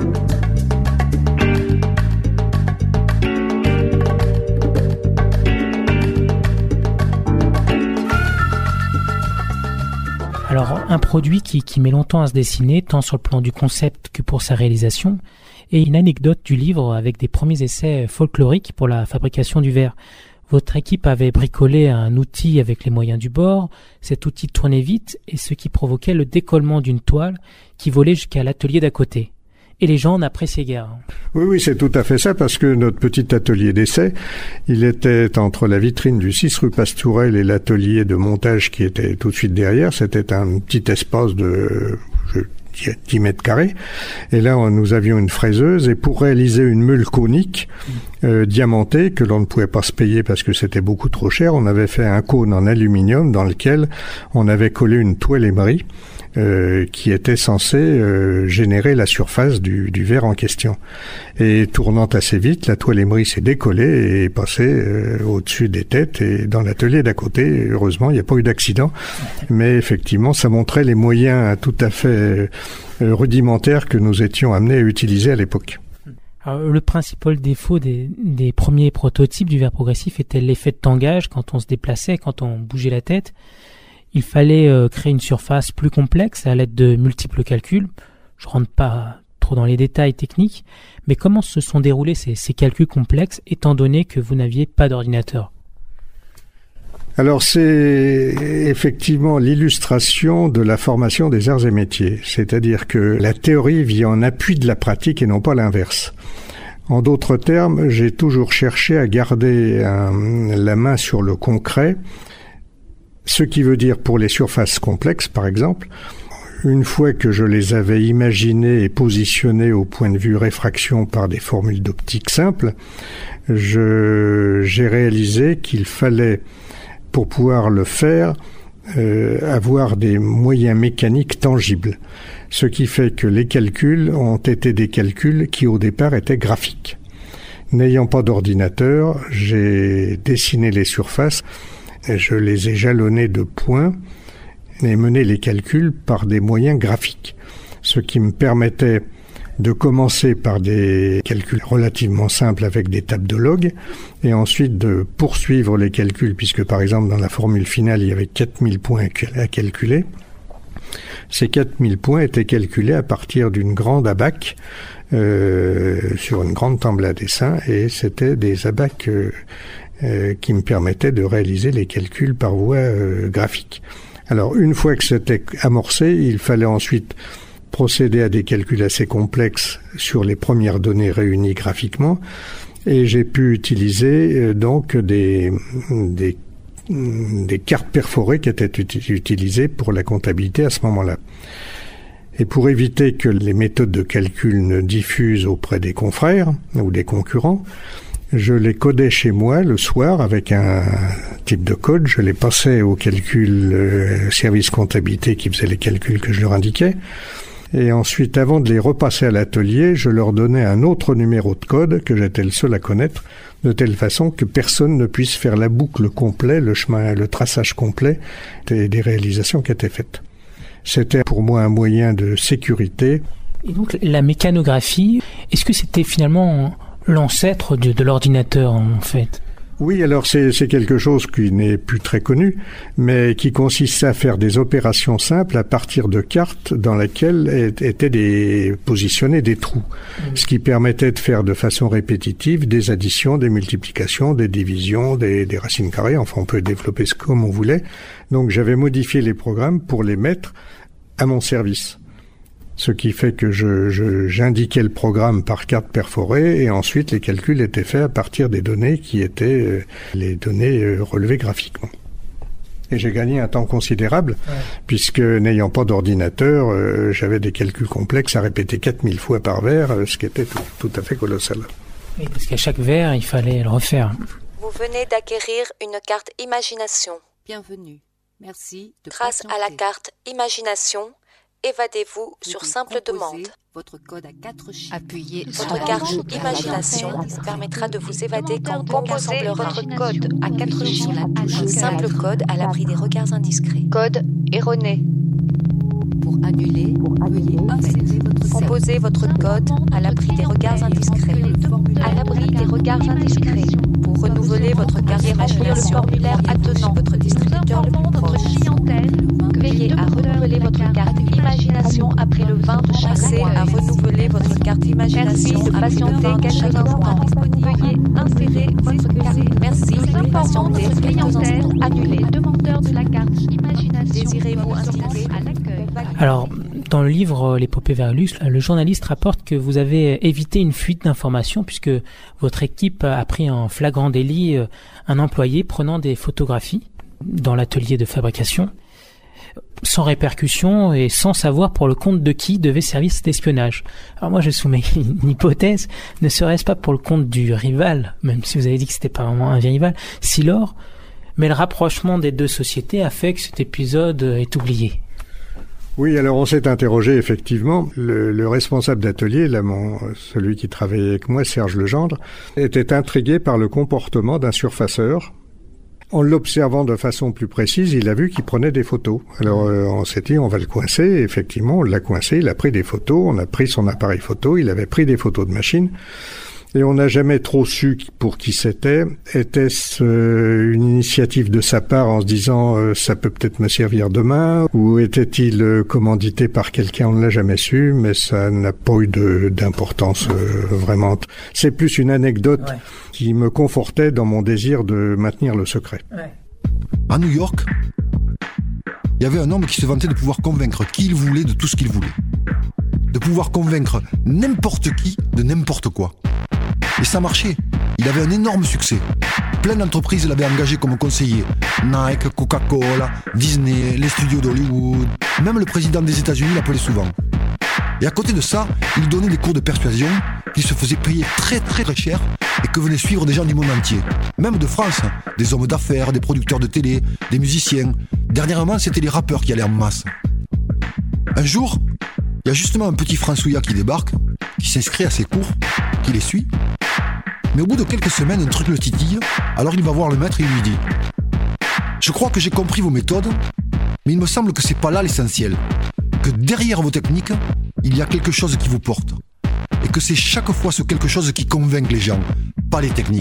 Alors, un produit qui met longtemps à se dessiner, tant sur le plan du concept que pour sa réalisation, et une anecdote du livre avec des premiers essais folkloriques pour la fabrication du verre. Votre équipe avait bricolé un outil avec les moyens du bord, cet outil tournait vite et ce qui provoquait le décollement d'une toile qui volait jusqu'à l'atelier d'à côté. Et les gens n'appréciaient guère. Oui, c'est tout à fait ça, parce que notre petit atelier d'essai, il était entre la vitrine du 6 rue Pastourelle et l'atelier de montage qui était tout de suite derrière. C'était un petit espace de 10 mètres carrés. Et là, nous avions une fraiseuse, et pour réaliser une meule conique diamantée, que l'on ne pouvait pas se payer parce que c'était beaucoup trop cher, on avait fait un cône en aluminium dans lequel on avait collé une toile émerie qui était censée générer la surface du verre en question. Et tournant assez vite, la toile émerie s'est décollée et est passée au-dessus des têtes et dans l'atelier d'à côté. Heureusement, il n'y a pas eu d'accident. Mais effectivement, ça montrait les moyens tout à fait rudimentaires que nous étions amenés à utiliser à l'époque. Alors, le principal défaut des premiers prototypes du verre progressif était l'effet de tangage quand on se déplaçait, quand on bougeait la tête. Il fallait créer une surface plus complexe à l'aide de multiples calculs. Je rentre pas trop dans les détails techniques, mais comment se sont déroulés ces calculs complexes étant donné que vous n'aviez pas d'ordinateur ? Alors c'est effectivement l'illustration de la formation des arts et métiers, c'est-à-dire que la théorie vient en appui de la pratique et non pas l'inverse. En d'autres termes, j'ai toujours cherché à garder la main sur le concret, ce qui veut dire pour les surfaces complexes, par exemple, une fois que je les avais imaginées et positionnées au point de vue réfraction par des formules d'optique simples, j'ai réalisé qu'il fallait, pour pouvoir le faire, avoir des moyens mécaniques tangibles. Ce qui fait que les calculs ont été des calculs qui au départ étaient graphiques. N'ayant pas d'ordinateur, j'ai dessiné les surfaces, et je les ai jalonnés de points et mené les calculs par des moyens graphiques. Ce qui me permettait de commencer par des calculs relativement simples avec des tables de log et ensuite de poursuivre les calculs, puisque par exemple dans la formule finale il y avait 4000 points à calculer. Ces 4000 points étaient calculés à partir d'une grande abac sur une grande table à dessin, et c'était des abacs qui me permettaient de réaliser les calculs par voie graphique. Alors une fois que c'était amorcé, il fallait ensuite procéder à des calculs assez complexes sur les premières données réunies graphiquement, et j'ai pu utiliser donc des cartes perforées qui étaient utilisées pour la comptabilité à ce moment-là. Et pour éviter que les méthodes de calcul ne diffusent auprès des confrères ou des concurrents, je les codais chez moi le soir avec un type de code. Je les passais au service comptabilité qui faisait les calculs que je leur indiquais. Et ensuite, avant de les repasser à l'atelier, je leur donnais un autre numéro de code que j'étais le seul à connaître, de telle façon que personne ne puisse faire la boucle complète, le traçage complet des réalisations qui étaient faites. C'était pour moi un moyen de sécurité. Et donc la mécanographie, est-ce que c'était finalement l'ancêtre de l'ordinateur en fait ? Oui, alors c'est quelque chose qui n'est plus très connu, mais qui consistait à faire des opérations simples à partir de cartes dans lesquelles étaient positionnés des trous, ce qui permettait de faire de façon répétitive des additions, des multiplications, des divisions, des racines carrées. Enfin, on peut développer ce comme on voulait. Donc j'avais modifié les programmes pour les mettre à mon service. Ce qui fait que j'indiquais le programme par carte perforée, et ensuite les calculs étaient faits à partir des données qui étaient les données relevées graphiquement. Et j'ai gagné un temps considérable, puisque n'ayant pas d'ordinateur, j'avais des calculs complexes à répéter 4000 fois par vers, ce qui était tout à fait colossal. Oui, parce qu'à chaque vers, il fallait le refaire. Vous venez d'acquérir une carte Imagination. Bienvenue. Merci de Grâce patienter. à la carte Imagination, évadez-vous sur simple demande. Votre code à 4 chiffres. Appuyez votre carte Imagination permettra de vous évader quand bon vous semblera. Votre code à 4 chiffres. Un simple code à l'abri des regards indiscrets. Code erroné. Pour annuler, veuillez insérer votre Composez votre code à l'abri des regards indiscrets. À l'abri des regards indiscrets. Pour renouveler votre carte Imagination, formulaire attenant votre distributeur le plus proche. Veillez à renouveler votre carte Imagination après le 20 de chaque Pensez mois. à renouveler votre carte Imagination Merci de après le 20 patienter de quelques chaque instants. mois. Veuillez insérer votre carte. Merci de Informant patienter votre quelques clientèle instants. annulé. Demandeur de la carte Imagination. Désirez-vous indiquer à l'accueil. Alors, dans le livre L'épopée vers Luxe, le journaliste rapporte que vous avez évité une fuite d'informations puisque votre équipe a pris en flagrant délit un employé prenant des photographies dans l'atelier de fabrication, sans répercussion et sans savoir pour le compte de qui devait servir cet espionnage. Alors moi je soumets une hypothèse, ne serait-ce pas pour le compte du rival, même si vous avez dit que c'était pas vraiment un rival, Silor, mais le rapprochement des deux sociétés a fait que cet épisode est oublié. Oui, alors on s'est interrogé effectivement. Le responsable d'atelier, là, celui qui travaillait avec moi, Serge Legendre, était intrigué par le comportement d'un surfaceur. En l'observant de façon plus précise, il a vu qu'il prenait des photos. Alors on s'est dit, on va le coincer. Et effectivement, on l'a coincé, il a pris des photos, on a pris son appareil photo, il avait pris des photos de machine. Et on n'a jamais trop su pour qui c'était. Était-ce une initiative de sa part en se disant ça peut peut-être me servir demain, ou était-il commandité par quelqu'un? On ne l'a jamais su, mais ça n'a pas eu d'importance vraiment. C'est plus une anecdote qui me confortait dans mon désir de maintenir le secret. À New York, il y avait un homme qui se vantait de pouvoir convaincre qui il voulait de tout ce qu'il voulait. De pouvoir convaincre n'importe qui de n'importe quoi. Et ça marchait. Il avait un énorme succès. Plein d'entreprises l'avaient engagé comme conseiller. Nike, Coca-Cola, Disney, les studios d'Hollywood. Même le président des États-Unis l'appelait souvent. Et à côté de ça, il donnait des cours de persuasion qu'il se faisait payer très très très cher et que venaient suivre des gens du monde entier. Même de France, des hommes d'affaires, des producteurs de télé, des musiciens. Dernièrement, c'était les rappeurs qui allaient en masse. Un jour, il y a justement un petit Françouillat qui débarque, qui s'inscrit à ses cours, qui les suit. Mais au bout de quelques semaines, un truc le titille, alors il va voir le maître et il lui dit « Je crois que j'ai compris vos méthodes, mais il me semble que c'est pas là l'essentiel. Que derrière vos techniques, il y a quelque chose qui vous porte. Et que c'est chaque fois ce quelque chose qui convainc les gens, pas les techniques. »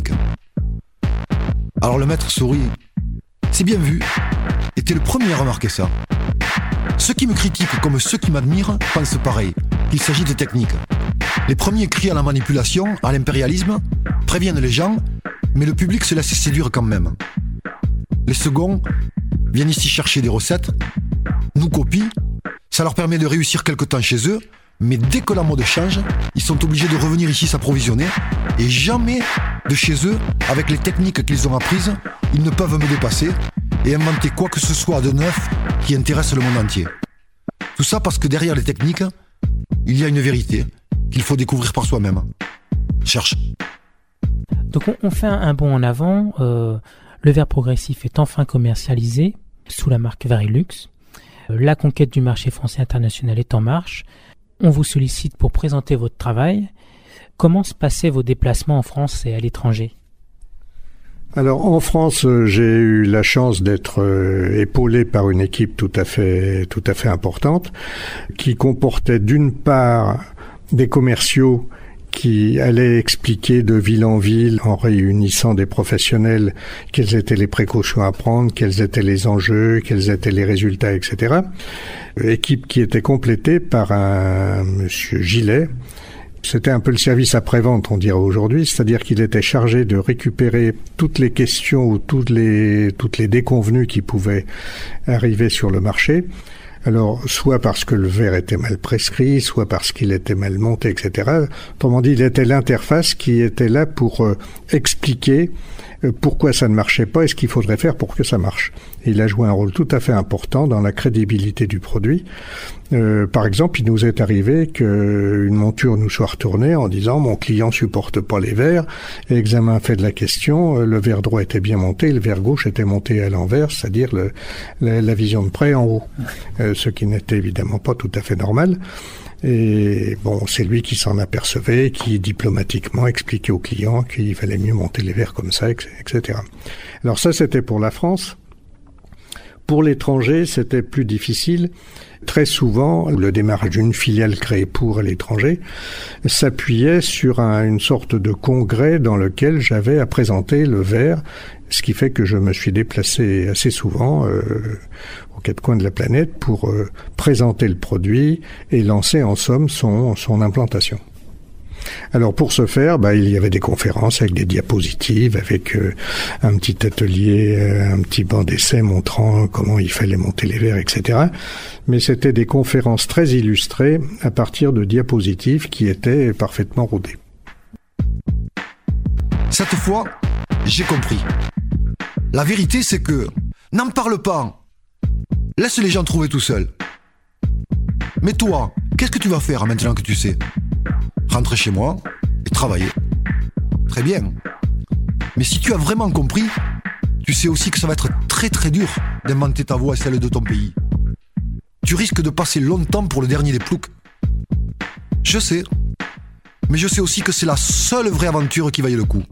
Alors le maître sourit. « C'est bien vu. Et t'es le premier à remarquer ça. Ceux qui me critiquent comme ceux qui m'admirent pensent pareil, qu'il s'agit de techniques. Les premiers crient à la manipulation, à l'impérialisme, préviennent les gens, mais le public se laisse séduire quand même. Les seconds viennent ici chercher des recettes, nous copient, ça leur permet de réussir quelque temps chez eux, mais dès que la mode change, ils sont obligés de revenir ici s'approvisionner, et jamais de chez eux, avec les techniques qu'ils ont apprises, ils ne peuvent me dépasser et inventer quoi que ce soit de neuf qui intéresse le monde entier. Tout ça parce que derrière les techniques, il y a une vérité qu'il faut découvrir par soi-même. Cherche. Donc on fait un bond en avant. Le verre progressif est enfin commercialisé sous la marque Varilux. La conquête du marché français international est en marche. On vous sollicite pour présenter votre travail. Comment se passaient vos déplacements en France et à l'étranger ? Alors en France, j'ai eu la chance d'être épaulé par une équipe tout à fait importante, qui comportait d'une part des commerciaux qui allaient expliquer de ville en ville, en réunissant des professionnels, quelles étaient les précautions à prendre, quels étaient les enjeux, quels étaient les résultats, etc. Équipe qui était complétée par un monsieur Gillet. C'était un peu le service après-vente, on dirait aujourd'hui, c'est-à-dire qu'il était chargé de récupérer toutes les questions ou toutes les déconvenues qui pouvaient arriver sur le marché. Alors, soit parce que le verre était mal prescrit, soit parce qu'il était mal monté, etc. Autrement dit, il était l'interface qui était là pour expliquer pourquoi ça ne marchait pas et ce qu'il faudrait faire pour que ça marche. Et il a joué un rôle tout à fait important dans la crédibilité du produit. Par exemple, il nous est arrivé qu'une monture nous soit retournée en disant « Mon client supporte pas les verres ». Et examen fait de la question, le verre droit était bien monté, le verre gauche était monté à l'envers, c'est-à-dire la vision de près en haut. Ce qui n'était évidemment pas tout à fait normal. Et bon, c'est lui qui s'en apercevait, qui diplomatiquement expliquait au client qu'il fallait mieux monter les verres comme ça, etc. Alors ça, c'était pour la France. Pour l'étranger, c'était plus difficile. Très souvent, le démarrage d'une filiale créée pour l'étranger s'appuyait sur une sorte de congrès dans lequel j'avais à présenter le verre, ce qui fait que je me suis déplacé assez souvent aux quatre coins de la planète pour présenter le produit et lancer en somme son implantation. Alors pour ce faire, il y avait des conférences avec des diapositives, avec un petit atelier, un petit banc d'essai montrant comment il fallait monter les verres, etc. Mais c'était des conférences très illustrées à partir de diapositives qui étaient parfaitement rodées. Cette fois, j'ai compris. La vérité, c'est que n'en parle pas. Laisse les gens trouver tout seuls. Mais toi, qu'est-ce que tu vas faire maintenant que tu sais ? Rentrer chez moi et travailler. Très bien. Mais si tu as vraiment compris, tu sais aussi que ça va être très très dur d'inventer ta voix et celle de ton pays. Tu risques de passer longtemps pour le dernier des ploucs. Je sais. Mais je sais aussi que c'est la seule vraie aventure qui vaille le coup.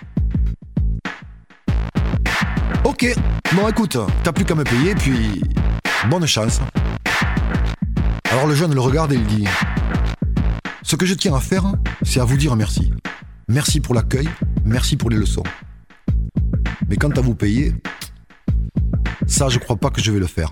Ok. Bon écoute, t'as plus qu'à me payer, puis bonne chance. Alors le jeune le regarde et il dit... Ce que je tiens à faire, c'est à vous dire merci. Merci pour l'accueil, merci pour les leçons. Mais quant à vous payer, ça je crois pas que je vais le faire.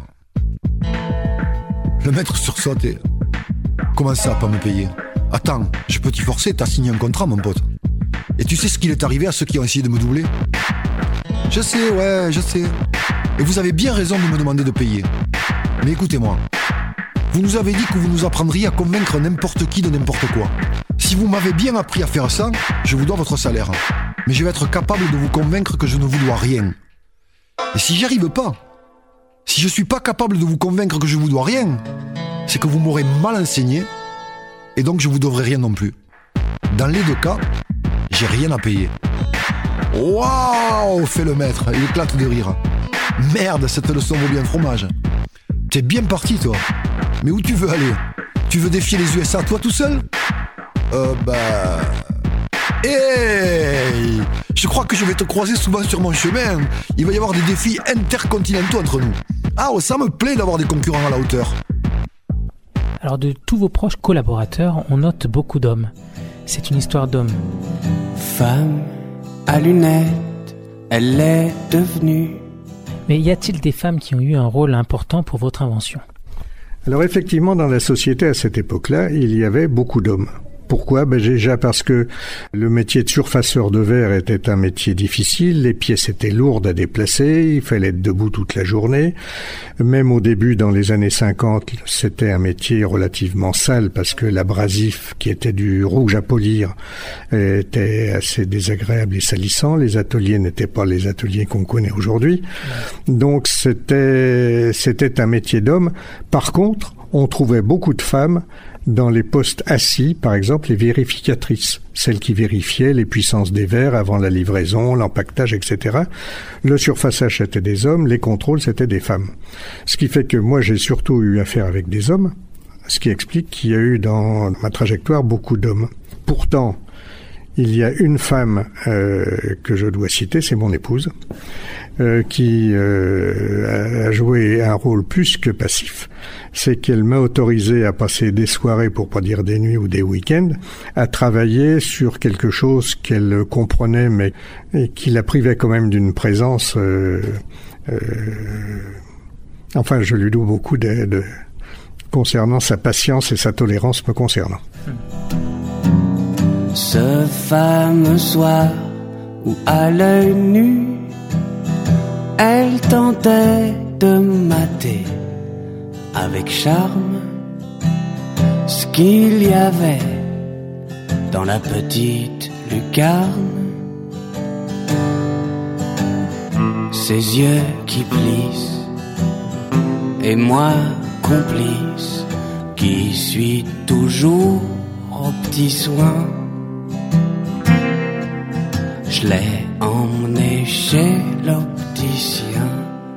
Le maître sursaute et... Comment ça, pas me payer ? Attends, je peux t'y forcer, t'as signé un contrat mon pote. Et tu sais ce qu'il est arrivé à ceux qui ont essayé de me doubler ? Je sais, ouais, je sais. Et vous avez bien raison de me demander de payer. Mais écoutez-moi. Vous nous avez dit que vous nous apprendriez à convaincre n'importe qui de n'importe quoi. Si vous m'avez bien appris à faire ça, je vous dois votre salaire. Mais je vais être capable de vous convaincre que je ne vous dois rien. Et si j'y arrive pas, si je suis pas capable de vous convaincre que je vous dois rien, c'est que vous m'aurez mal enseigné, et donc je vous devrai rien non plus. Dans les deux cas, j'ai rien à payer. Waouh, fait le maître, il éclate de rire. Merde, cette leçon vaut bien fromage. T'es bien parti, toi. Mais où tu veux aller? Tu veux défier les USA, toi tout seul? Hey! Je crois que je vais te croiser souvent sur mon chemin. Il va y avoir des défis intercontinentaux entre nous. Ah, ça me plaît d'avoir des concurrents à la hauteur. Alors, de tous vos proches collaborateurs, on note beaucoup d'hommes. C'est une histoire d'hommes. Femme à lunettes, elle est devenue. Mais y a-t-il des femmes qui ont eu un rôle important pour votre invention? Alors effectivement, dans la société à cette époque-là, il y avait beaucoup d'hommes. Pourquoi? Déjà parce que le métier de surfaceur de verre était un métier difficile, les pièces étaient lourdes à déplacer, il fallait être debout toute la journée. Même au début, dans les années 50, c'était un métier relativement sale parce que l'abrasif, qui était du rouge à polir, était assez désagréable et salissant. Les ateliers n'étaient pas les ateliers qu'on connaît aujourd'hui. Donc c'était un métier d'homme. Par contre, on trouvait beaucoup de femmes dans les postes assis, par exemple les vérificatrices, celles qui vérifiaient les puissances des verres avant la livraison, l'empaquetage, etc. Le surfaçage, c'était des hommes, les contrôles, c'était des femmes. Ce qui fait que moi, j'ai surtout eu affaire avec des hommes, ce qui explique qu'il y a eu dans ma trajectoire beaucoup d'hommes. Pourtant, il y a une femme que je dois citer, c'est mon épouse, qui a joué un rôle plus que passif. C'est qu'elle m'a autorisé à passer des soirées, pour pas dire des nuits ou des week-ends, à travailler sur quelque chose qu'elle comprenait, mais qui la privait quand même d'une présence. Enfin, je lui dois beaucoup d'aide concernant sa patience et sa tolérance me concernant. Ce fameux soir où à l'œil nu, elle tentait de mater avec charme ce qu'il y avait dans la petite lucarne. Ses yeux qui plissent et moi complice qui suis toujours aux petits soins. Je l'ai emmené chez l'opticien.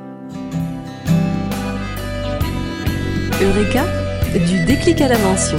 Eureka, du déclic à l'invention.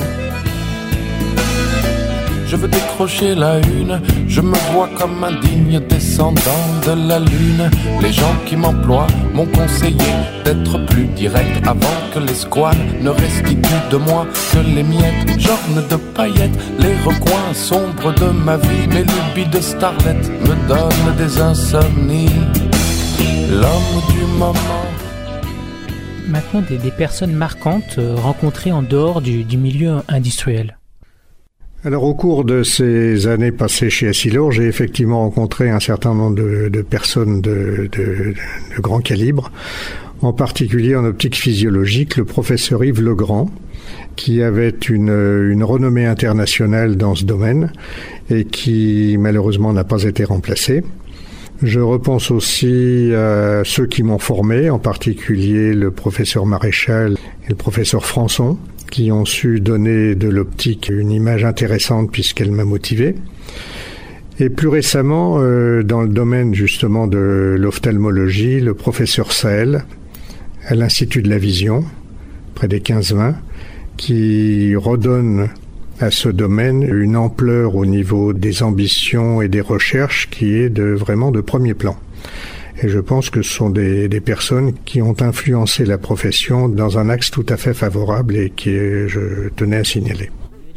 Je veux décrocher la une, je me vois comme un digne descendant de la lune. Les gens qui m'emploient m'ont conseillé d'être plus direct avant que les squales ne restituent de moi que les miettes, j'orne de paillettes, les recoins sombres de ma vie. Mes lubies de starlet me donnent des insomnies. L'homme du moment. Maintenant, des personnes marquantes rencontrées en dehors du milieu industriel. Alors au cours de ces années passées chez Essilor, j'ai effectivement rencontré un certain nombre de personnes de grand calibre, en particulier en optique physiologique, le professeur Yves Legrand, qui avait une renommée internationale dans ce domaine et qui malheureusement n'a pas été remplacé. Je repense aussi à ceux qui m'ont formé, en particulier le professeur Maréchal et le professeur Françon, qui ont su donner de l'optique une image intéressante puisqu'elle m'a motivé. Et plus récemment, dans le domaine justement de l'ophtalmologie, le professeur Sahel, à l'Institut de la Vision, près des 15-20, qui redonne à ce domaine une ampleur au niveau des ambitions et des recherches qui est vraiment de premier plan. Et je pense que ce sont des personnes qui ont influencé la profession dans un axe tout à fait favorable et que je tenais à signaler.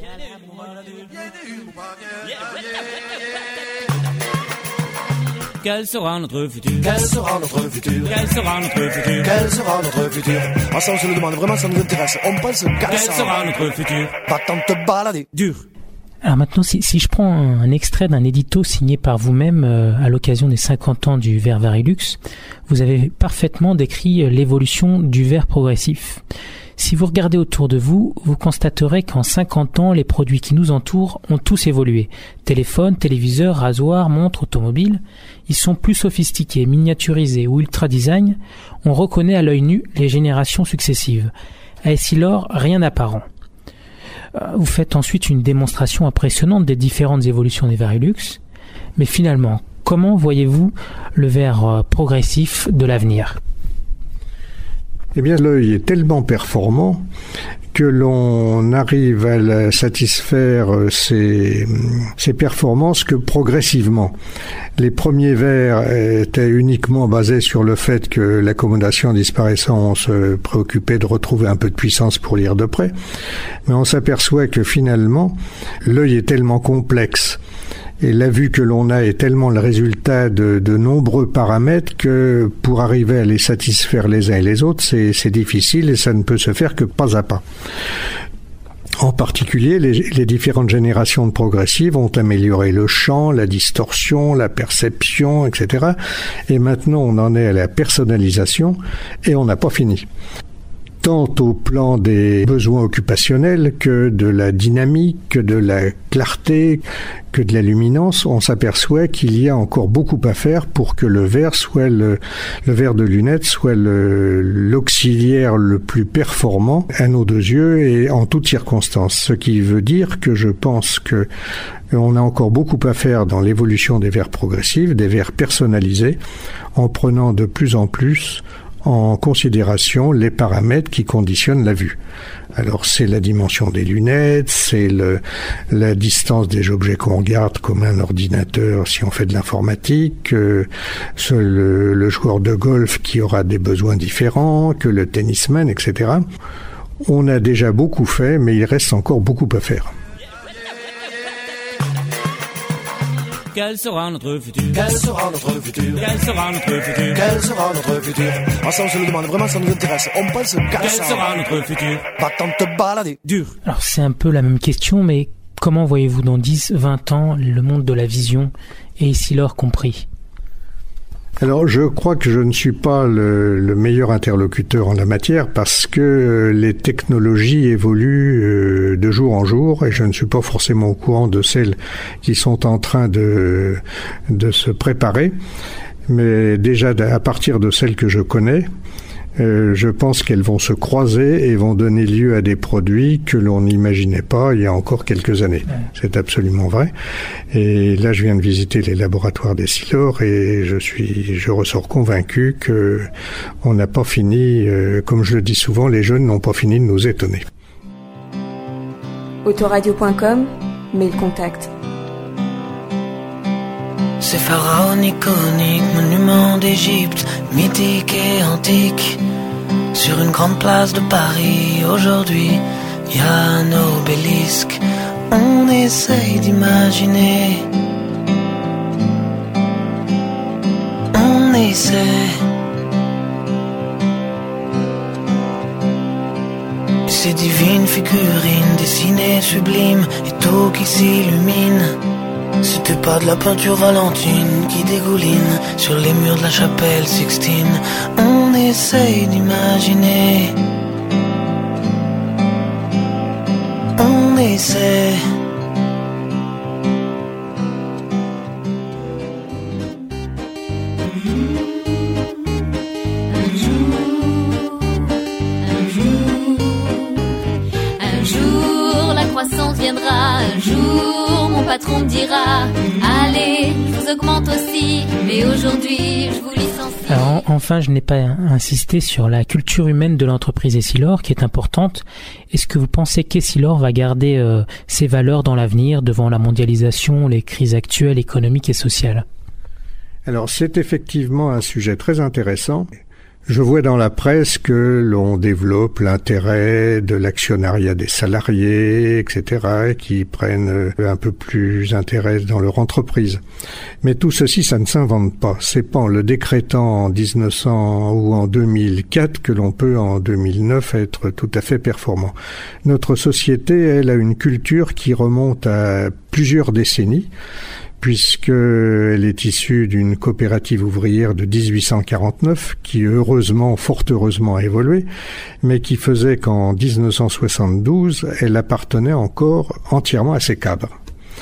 Quel sera notre futur? Quel sera notre futur? Quel sera notre futur? Quel sera notre futur? Ah, ça, on se le demande vraiment, ça nous intéresse. On pense quel sera notre futur? Va-t'en te balader. Dur. Alors maintenant, si je prends un extrait d'un édito signé par vous-même à l'occasion des 50 ans du verre Varilux, vous avez parfaitement décrit l'évolution du verre progressif. Si vous regardez autour de vous, vous constaterez qu'en 50 ans, les produits qui nous entourent ont tous évolué. Téléphone, téléviseur, rasoir, montres, automobiles, ils sont plus sophistiqués, miniaturisés ou ultra design. On reconnaît à l'œil nu les générations successives. À Essilor, rien d'apparent. Vous faites ensuite une démonstration impressionnante des différentes évolutions des Varilux. Mais finalement, comment voyez-vous le verre progressif de l'avenir ? Eh bien, l'œil est tellement performant que l'on arrive à satisfaire ses performances que progressivement. Les premiers verres étaient uniquement basés sur le fait que l'accommodation disparaissant, on se préoccupait de retrouver un peu de puissance pour lire de près. Mais on s'aperçoit que finalement, l'œil est tellement complexe et la vue que l'on a est tellement le résultat de nombreux paramètres que pour arriver à les satisfaire les uns et les autres, c'est difficile et ça ne peut se faire que pas à pas. En particulier, les différentes générations de progressives ont amélioré le champ, la distorsion, la perception, etc. Et maintenant, on en est à la personnalisation et on n'a pas fini. Tant au plan des besoins occupationnels que de la dynamique, que de la clarté, que de la luminance, on s'aperçoit qu'il y a encore beaucoup à faire pour que le verre soit le verre de lunettes soit l'auxiliaire le plus performant à nos deux yeux et en toutes circonstances. Ce qui veut dire que je pense que on a encore beaucoup à faire dans l'évolution des verres progressifs, des verres personnalisés, en prenant de plus en plus en considération les paramètres qui conditionnent la vue. Alors c'est la dimension des lunettes, c'est la distance des objets qu'on regarde comme un ordinateur si on fait de l'informatique, le joueur de golf qui aura des besoins différents, que le tennisman, etc. On a déjà beaucoup fait, mais il reste encore beaucoup à faire. Quel sera notre futur? Quel sera notre futur? Quel sera notre futur? Quel sera notre futur? Ah, ça, on se le demande vraiment, ça nous intéresse. On pense quel sera notre futur? Va-t'en te balader. Dur. Alors, c'est un peu la même question, mais comment voyez-vous dans 10, 20 ans le monde de la vision et Essilor compris? Alors, je crois que je ne suis pas le meilleur interlocuteur en la matière parce que les technologies évoluent de jour en jour et je ne suis pas forcément au courant de celles qui sont en train de se préparer. Mais déjà, à partir de celles que je connais, je pense qu'elles vont se croiser et vont donner lieu à des produits que l'on n'imaginait pas il y a encore quelques années. C'est absolument vrai. Et là, je viens de visiter les laboratoires d'Essilor et je ressors convaincu que on n'a pas fini, comme je le dis souvent, les jeunes n'ont pas fini de nous étonner. Autoradio.com, mail contact. C'est pharaonique, iconique, monument d'Égypte, mythique et antique. Sur une grande place de Paris, aujourd'hui, y a un obélisque. On essaye d'imaginer. On essaie. Ces divines figurines dessinées sublimes et tout qui s'illumine. C'était pas de la peinture Valentine qui dégouline sur les murs de la chapelle Sixtine. On essaye d'imaginer. On essaie. Un jour, la croissance viendra. Un jour, mon patron me dira: allez, je vous augmente aussi, mais aujourd'hui, je vous licencie. Alors, enfin, je n'ai pas insisté sur la culture humaine de l'entreprise Essilor, qui est importante. Est-ce que vous pensez qu'Essilor va garder ses valeurs dans l'avenir, devant la mondialisation, les crises actuelles économiques et sociales? Alors, c'est effectivement un sujet très intéressant. Je vois dans la presse que l'on développe l'intérêt de l'actionnariat des salariés, etc., et qui prennent un peu plus intérêt dans leur entreprise. Mais tout ceci, ça ne s'invente pas. C'est pas en le décrétant en 1900 ou en 2004 que l'on peut en 2009 être tout à fait performant. Notre société, elle, a une culture qui remonte à plusieurs décennies, puisqu'elle est issue d'une coopérative ouvrière de 1849, qui fort heureusement a évolué, mais qui faisait qu'en 1972, elle appartenait encore entièrement à ses cadres.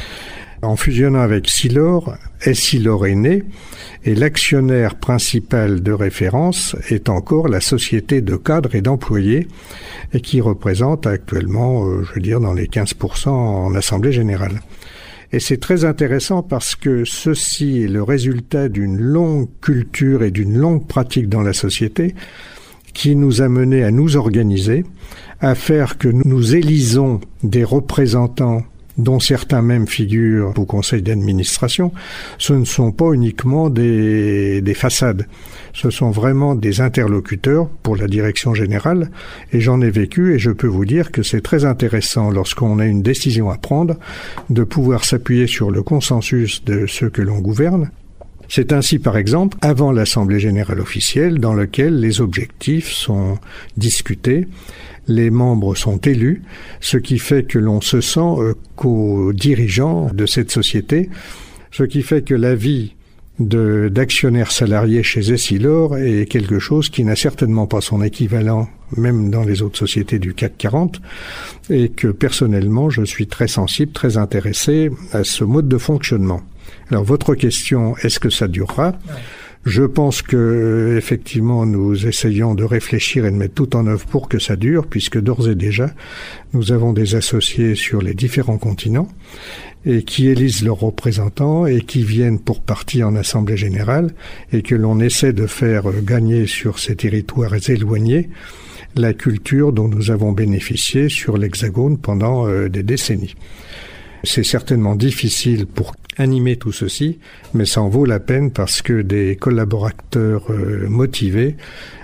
En fusionnant avec Essilor, Essilor est né, et l'actionnaire principal de référence est encore la société de cadres et d'employés, et qui représente actuellement, dans les 15% en Assemblée générale. Et c'est très intéressant parce que ceci est le résultat d'une longue culture et d'une longue pratique dans la société qui nous a mené à nous organiser, à faire que nous élisons des représentants dont certains même figurent au conseil d'administration. Ce ne sont pas uniquement des façades. Ce sont vraiment des interlocuteurs pour la direction générale, et j'en ai vécu, et je peux vous dire que c'est très intéressant lorsqu'on a une décision à prendre de pouvoir s'appuyer sur le consensus de ceux que l'on gouverne. C'est ainsi, par exemple, avant l'Assemblée générale officielle, dans laquelle les objectifs sont discutés, les membres sont élus, ce qui fait que l'on se sent co-dirigeant de cette société, ce qui fait que la vie d'actionnaires salariés chez Essilor est quelque chose qui n'a certainement pas son équivalent, même dans les autres sociétés du CAC 40, et que personnellement, je suis très sensible, très intéressé à ce mode de fonctionnement. Alors, votre question, est-ce que ça durera ? Je pense que effectivement nous essayons de réfléchir et de mettre tout en œuvre pour que ça dure, puisque d'ores et déjà nous avons des associés sur les différents continents et qui élisent leurs représentants et qui viennent pour partie en assemblée générale, et que l'on essaie de faire gagner sur ces territoires éloignés la culture dont nous avons bénéficié sur l'Hexagone pendant des décennies. C'est certainement difficile pour animer tout ceci, mais ça en vaut la peine parce que des collaborateurs motivés,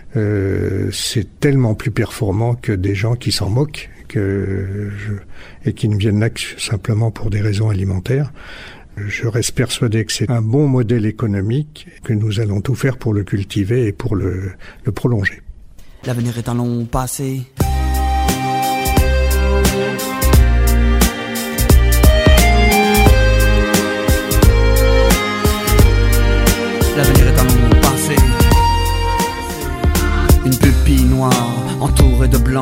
c'est tellement plus performant que des gens qui s'en moquent et qui ne viennent là que simplement pour des raisons alimentaires. Je reste persuadé que c'est un bon modèle économique, que nous allons tout faire pour le cultiver et pour le prolonger. L'avenir est un long passé. L'avenir est un long passé. Une pupille noire entourée de blanc.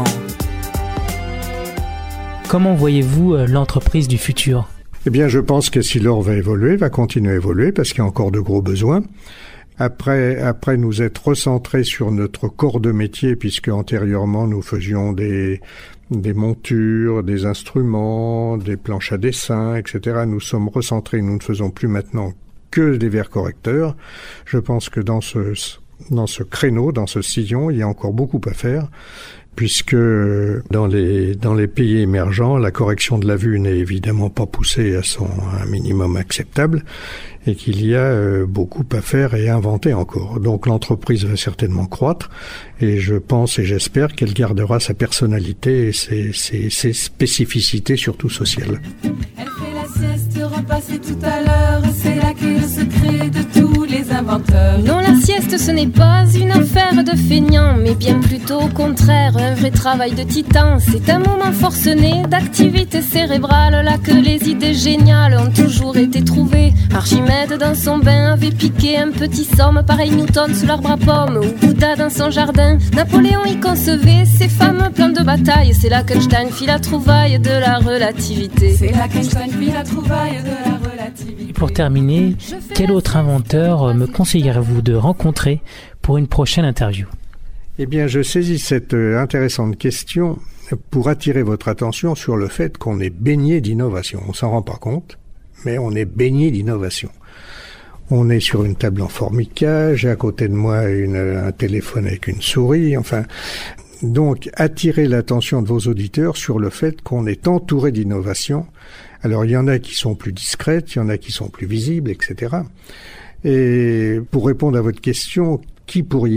Comment voyez-vous l'entreprise du futur ? Eh bien, je pense qu'Essilor va évoluer, va continuer à évoluer, parce qu'il y a encore de gros besoins. Après nous être recentrés sur notre corps de métier, puisque antérieurement nous faisions des montures, des instruments, des planches à dessin, etc. Nous sommes recentrés, nous ne faisons plus maintenant que des verres correcteurs. Je pense que dans ce créneau, dans ce sillon, il y a encore beaucoup à faire, puisque dans les pays émergents, la correction de la vue n'est évidemment pas poussée à un minimum acceptable, et qu'il y a beaucoup à faire et à inventer encore. Donc l'entreprise va certainement croître, et je pense et j'espère qu'elle gardera sa personnalité et ses spécificités, surtout sociales. Elle fait la sieste repassée tout à l'heure, c'est là qu'est le secret de tous les inventeurs. Non, la sieste ce n'est pas une affaire de feignants, mais bien plutôt au contraire, un vrai travail de titan. C'est un moment forcené d'activité cérébrale, là que les idées géniales ont toujours été trouvées. Archimède dans son bain avait piqué un petit somme, pareil Newton sous l'arbre à pommes, ou Bouddha dans son jardin. Napoléon y concevait ses fameux plans de bataille, c'est là qu'Einstein fit la trouvaille de la relativité. C'est là qu'Einstein fit la trouvaille de la relativité. Et pour terminer, quel autre inventeur me conseillerez-vous de rencontrer pour une prochaine interview ? Eh bien, je saisis cette intéressante question pour attirer votre attention sur le fait qu'on est baigné d'innovation. On s'en rend pas compte, mais on est baigné d'innovation. On est sur une table en formica, j'ai à côté de moi un téléphone avec une souris, enfin... Donc, attirer l'attention de vos auditeurs sur le fait qu'on est entouré d'innovation. Alors, il y en a qui sont plus discrètes, il y en a qui sont plus visibles, etc. Et pour répondre à votre question, qui pourriez-vous voir ?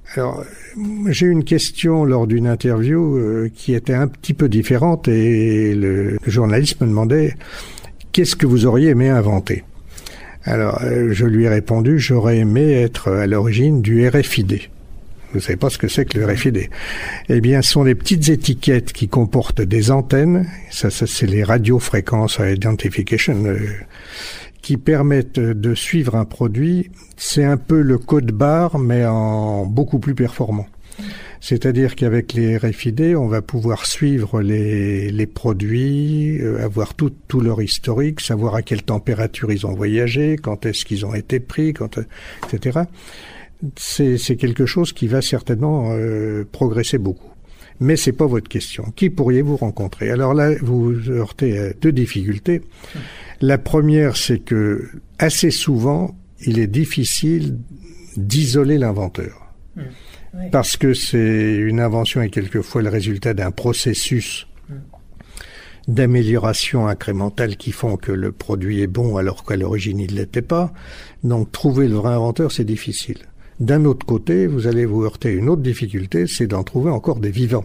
Alors, j'ai eu une question lors d'une interview qui était un petit peu différente et le journaliste me demandait « Qu'est-ce que vous auriez aimé inventer ?» Alors, je lui ai répondu « J'aurais aimé être à l'origine du RFID ». Vous savez pas ce que c'est que le RFID? Eh bien, ce sont des petites étiquettes qui comportent des antennes. Ça c'est les Radio Frequency Identification qui permettent de suivre un produit. C'est un peu le code barre, mais en beaucoup plus performant. C'est-à-dire qu'avec les RFID, on va pouvoir suivre les produits, avoir tout leur historique, savoir à quelle température ils ont voyagé, quand est-ce qu'ils ont été pris, etc. C'est quelque chose qui va certainement progresser beaucoup. Mais c'est pas votre question. Qui pourriez-vous rencontrer? Alors là, vous heurtez à deux difficultés. La première, c'est que assez souvent, il est difficile d'isoler l'inventeur. Oui. Parce que c'est une invention et quelquefois le résultat d'un processus d'amélioration incrémentale qui font que le produit est bon alors qu'à l'origine il ne l'était pas. Donc trouver le vrai inventeur, c'est difficile. D'un autre côté, vous allez vous heurter à une autre difficulté, c'est d'en trouver encore des vivants.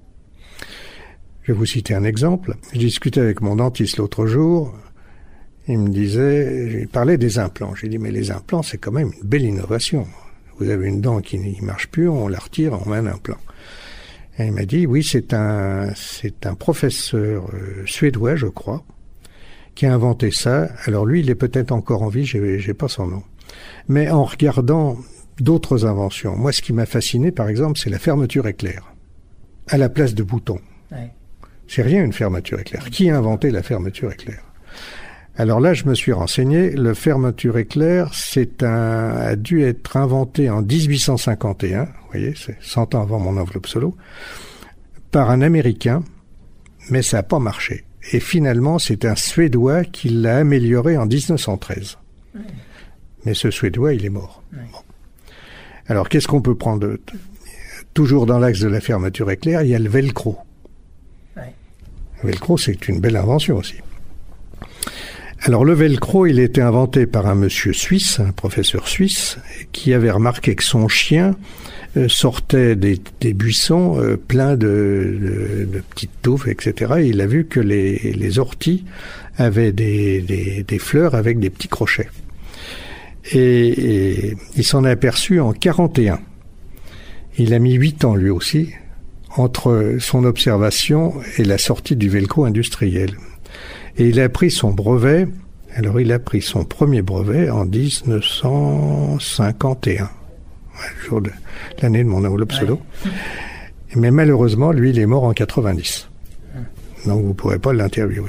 Je vais vous citer un exemple. Je discutais avec mon dentiste l'autre jour. Il me disait, il parlait des implants. J'ai dit, mais les implants, c'est quand même une belle innovation. Vous avez une dent qui ne marche plus, on la retire, on met un implant. Et il m'a dit, oui, c'est un professeur suédois, je crois, qui a inventé ça. Alors lui, il est peut-être encore en vie, j'ai pas son nom. Mais en regardant d'autres inventions, moi, ce qui m'a fasciné, par exemple, c'est la fermeture éclair, à la place de boutons. Ouais. C'est rien une fermeture éclair. Qui a inventé la fermeture éclair? Alors là, je me suis renseigné. Le fermeture éclair, a dû être inventé en 1851. Vous voyez, c'est 100 ans avant mon enveloppe solo, par un Américain, mais ça n'a pas marché. Et finalement, c'est un Suédois qui l'a amélioré en 1913. Ouais. Mais ce Suédois, il est mort. Ouais. Bon. Alors, qu'est-ce qu'on peut prendre toujours dans l'axe de la fermeture éclair, il y a le velcro. Ouais. Le velcro, c'est une belle invention aussi. Alors le velcro, il a été inventé par un monsieur suisse, un professeur suisse, qui avait remarqué que son chien sortait des buissons pleins de petites touffes, etc. Et il a vu que les orties avaient des fleurs avec des petits crochets. Et il s'en est aperçu en 41. Il a mis 8 ans lui aussi entre son observation et la sortie du velcro industriel. Et il a pris son brevet, alors il a pris son premier brevet en 1951, le jour de l'année de mon enveloppe solo. Mais malheureusement, lui, il est mort en 90. Donc vous ne pourrez pas l'interviewer.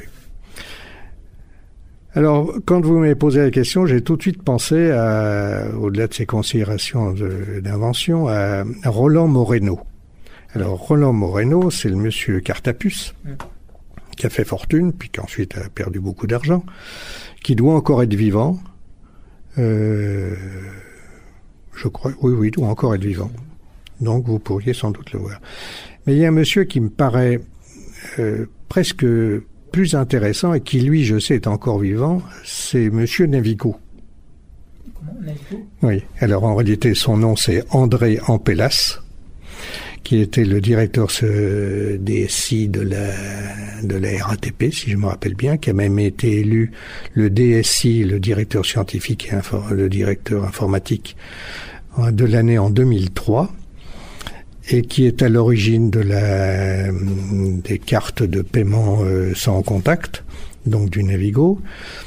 Alors, quand vous m'avez posé la question, j'ai tout de suite pensé au-delà de ces considérations d'invention, à Roland Moreno. Alors, Roland Moreno, c'est le monsieur Cartapus, qui a fait fortune, puis qui ensuite a perdu beaucoup d'argent, qui doit encore être vivant. Je crois, oui, doit encore être vivant. Donc, vous pourriez sans doute le voir. Mais il y a un monsieur qui me paraît presque plus intéressant et qui, lui, je sais, est encore vivant, c'est monsieur Navigo. Comment, Navigo ? Oui. Alors, en réalité, son nom, c'est André Ampélas, qui était le directeur DSI de la RATP, si je me rappelle bien, qui a même été élu le DSI, le directeur scientifique et le directeur informatique de l'année en 2003, et qui est à l'origine des cartes de paiement sans contact, donc du Navigo,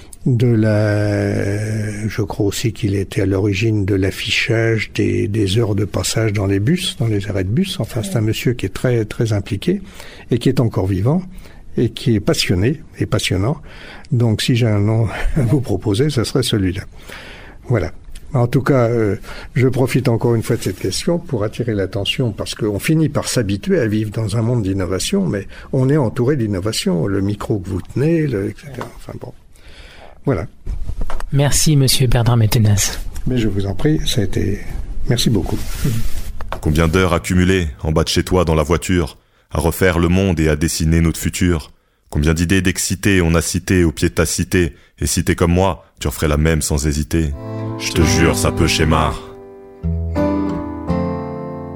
je crois aussi qu'il était à l'origine de l'affichage des heures de passage dans les bus, dans les arrêts de bus. Enfin, c'est un monsieur qui est très, très impliqué et qui est encore vivant et qui est passionné et passionnant. Donc, si j'ai un nom à vous proposer, ce serait celui-là. Voilà. En tout cas, je profite encore une fois de cette question pour attirer l'attention parce qu'on finit par s'habituer à vivre dans un monde d'innovation, mais on est entouré d'innovation. Le micro que vous tenez, etc. Enfin bon. Voilà. Merci, monsieur Bertrand Métenas. Mais je vous en prie, ça a été... Merci beaucoup. Combien d'heures accumulées en bas de chez toi dans la voiture, à refaire le monde et à dessiner notre futur? Combien d'idées d'exciter on a citées au pied de ta cité, et si t'es comme moi, tu referais la même sans hésiter. Je te jure, ça peut schémar.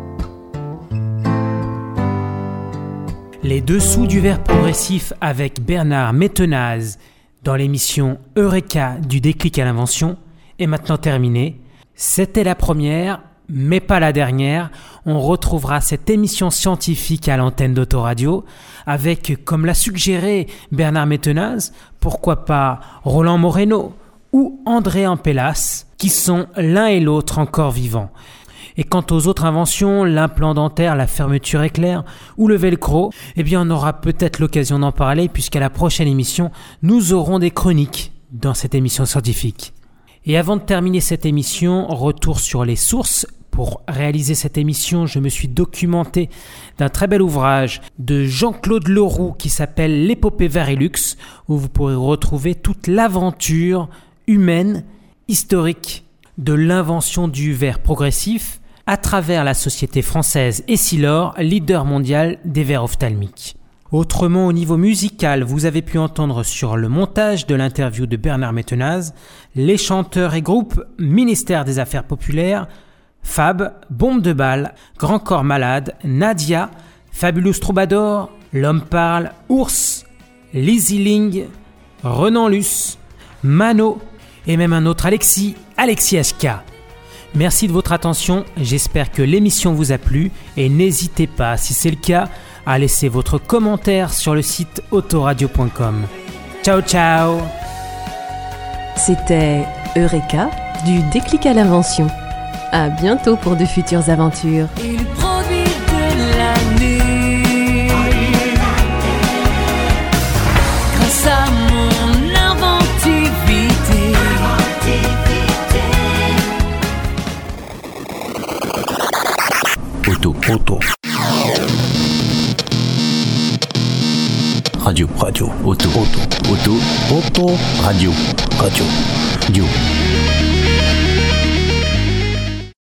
Les dessous du verre progressif avec Bernard Métenaz dans l'émission Eureka du déclic à l'invention est maintenant terminée. C'était la première, mais pas la dernière. On retrouvera cette émission scientifique à l'antenne d'Autoradio avec, comme l'a suggéré Bernard Métenaz, pourquoi pas Roland Moreno ou André Ampelas, qui sont l'un et l'autre encore vivants. Et quant aux autres inventions, l'implant dentaire, la fermeture éclair ou le velcro, eh bien on aura peut-être l'occasion d'en parler puisqu'à la prochaine émission, nous aurons des chroniques dans cette émission scientifique. Et avant de terminer cette émission, retour sur les sources. Pour réaliser cette émission, je me suis documenté d'un très bel ouvrage de Jean-Claude Leroux qui s'appelle L'épopée Varilux, où vous pourrez retrouver toute l'aventure humaine, historique, de l'invention du verre progressif à travers la société française Essilor, leader mondial des verres ophtalmiques. Autrement, au niveau musical, vous avez pu entendre sur le montage de l'interview de Bernard Métenaz les chanteurs et groupes Ministère des Affaires Populaires, Fab, Bombe de Balle, Grand Corps Malade, Nadia, Fabulous Troubadour, L'Homme Parle, Ours, Lizzy Ling, Renan Luce, Mano et même un autre Alexis HK. Merci de votre attention, j'espère que l'émission vous a plu et n'hésitez pas, si c'est le cas, à laisser votre commentaire sur le site autoradio.com. Ciao ciao. C'était Eureka du déclic à l'invention. À bientôt pour de futures aventures. Et le produit de l'année, grâce à mon inventivité. Auto. Radio, auto, radio, radio.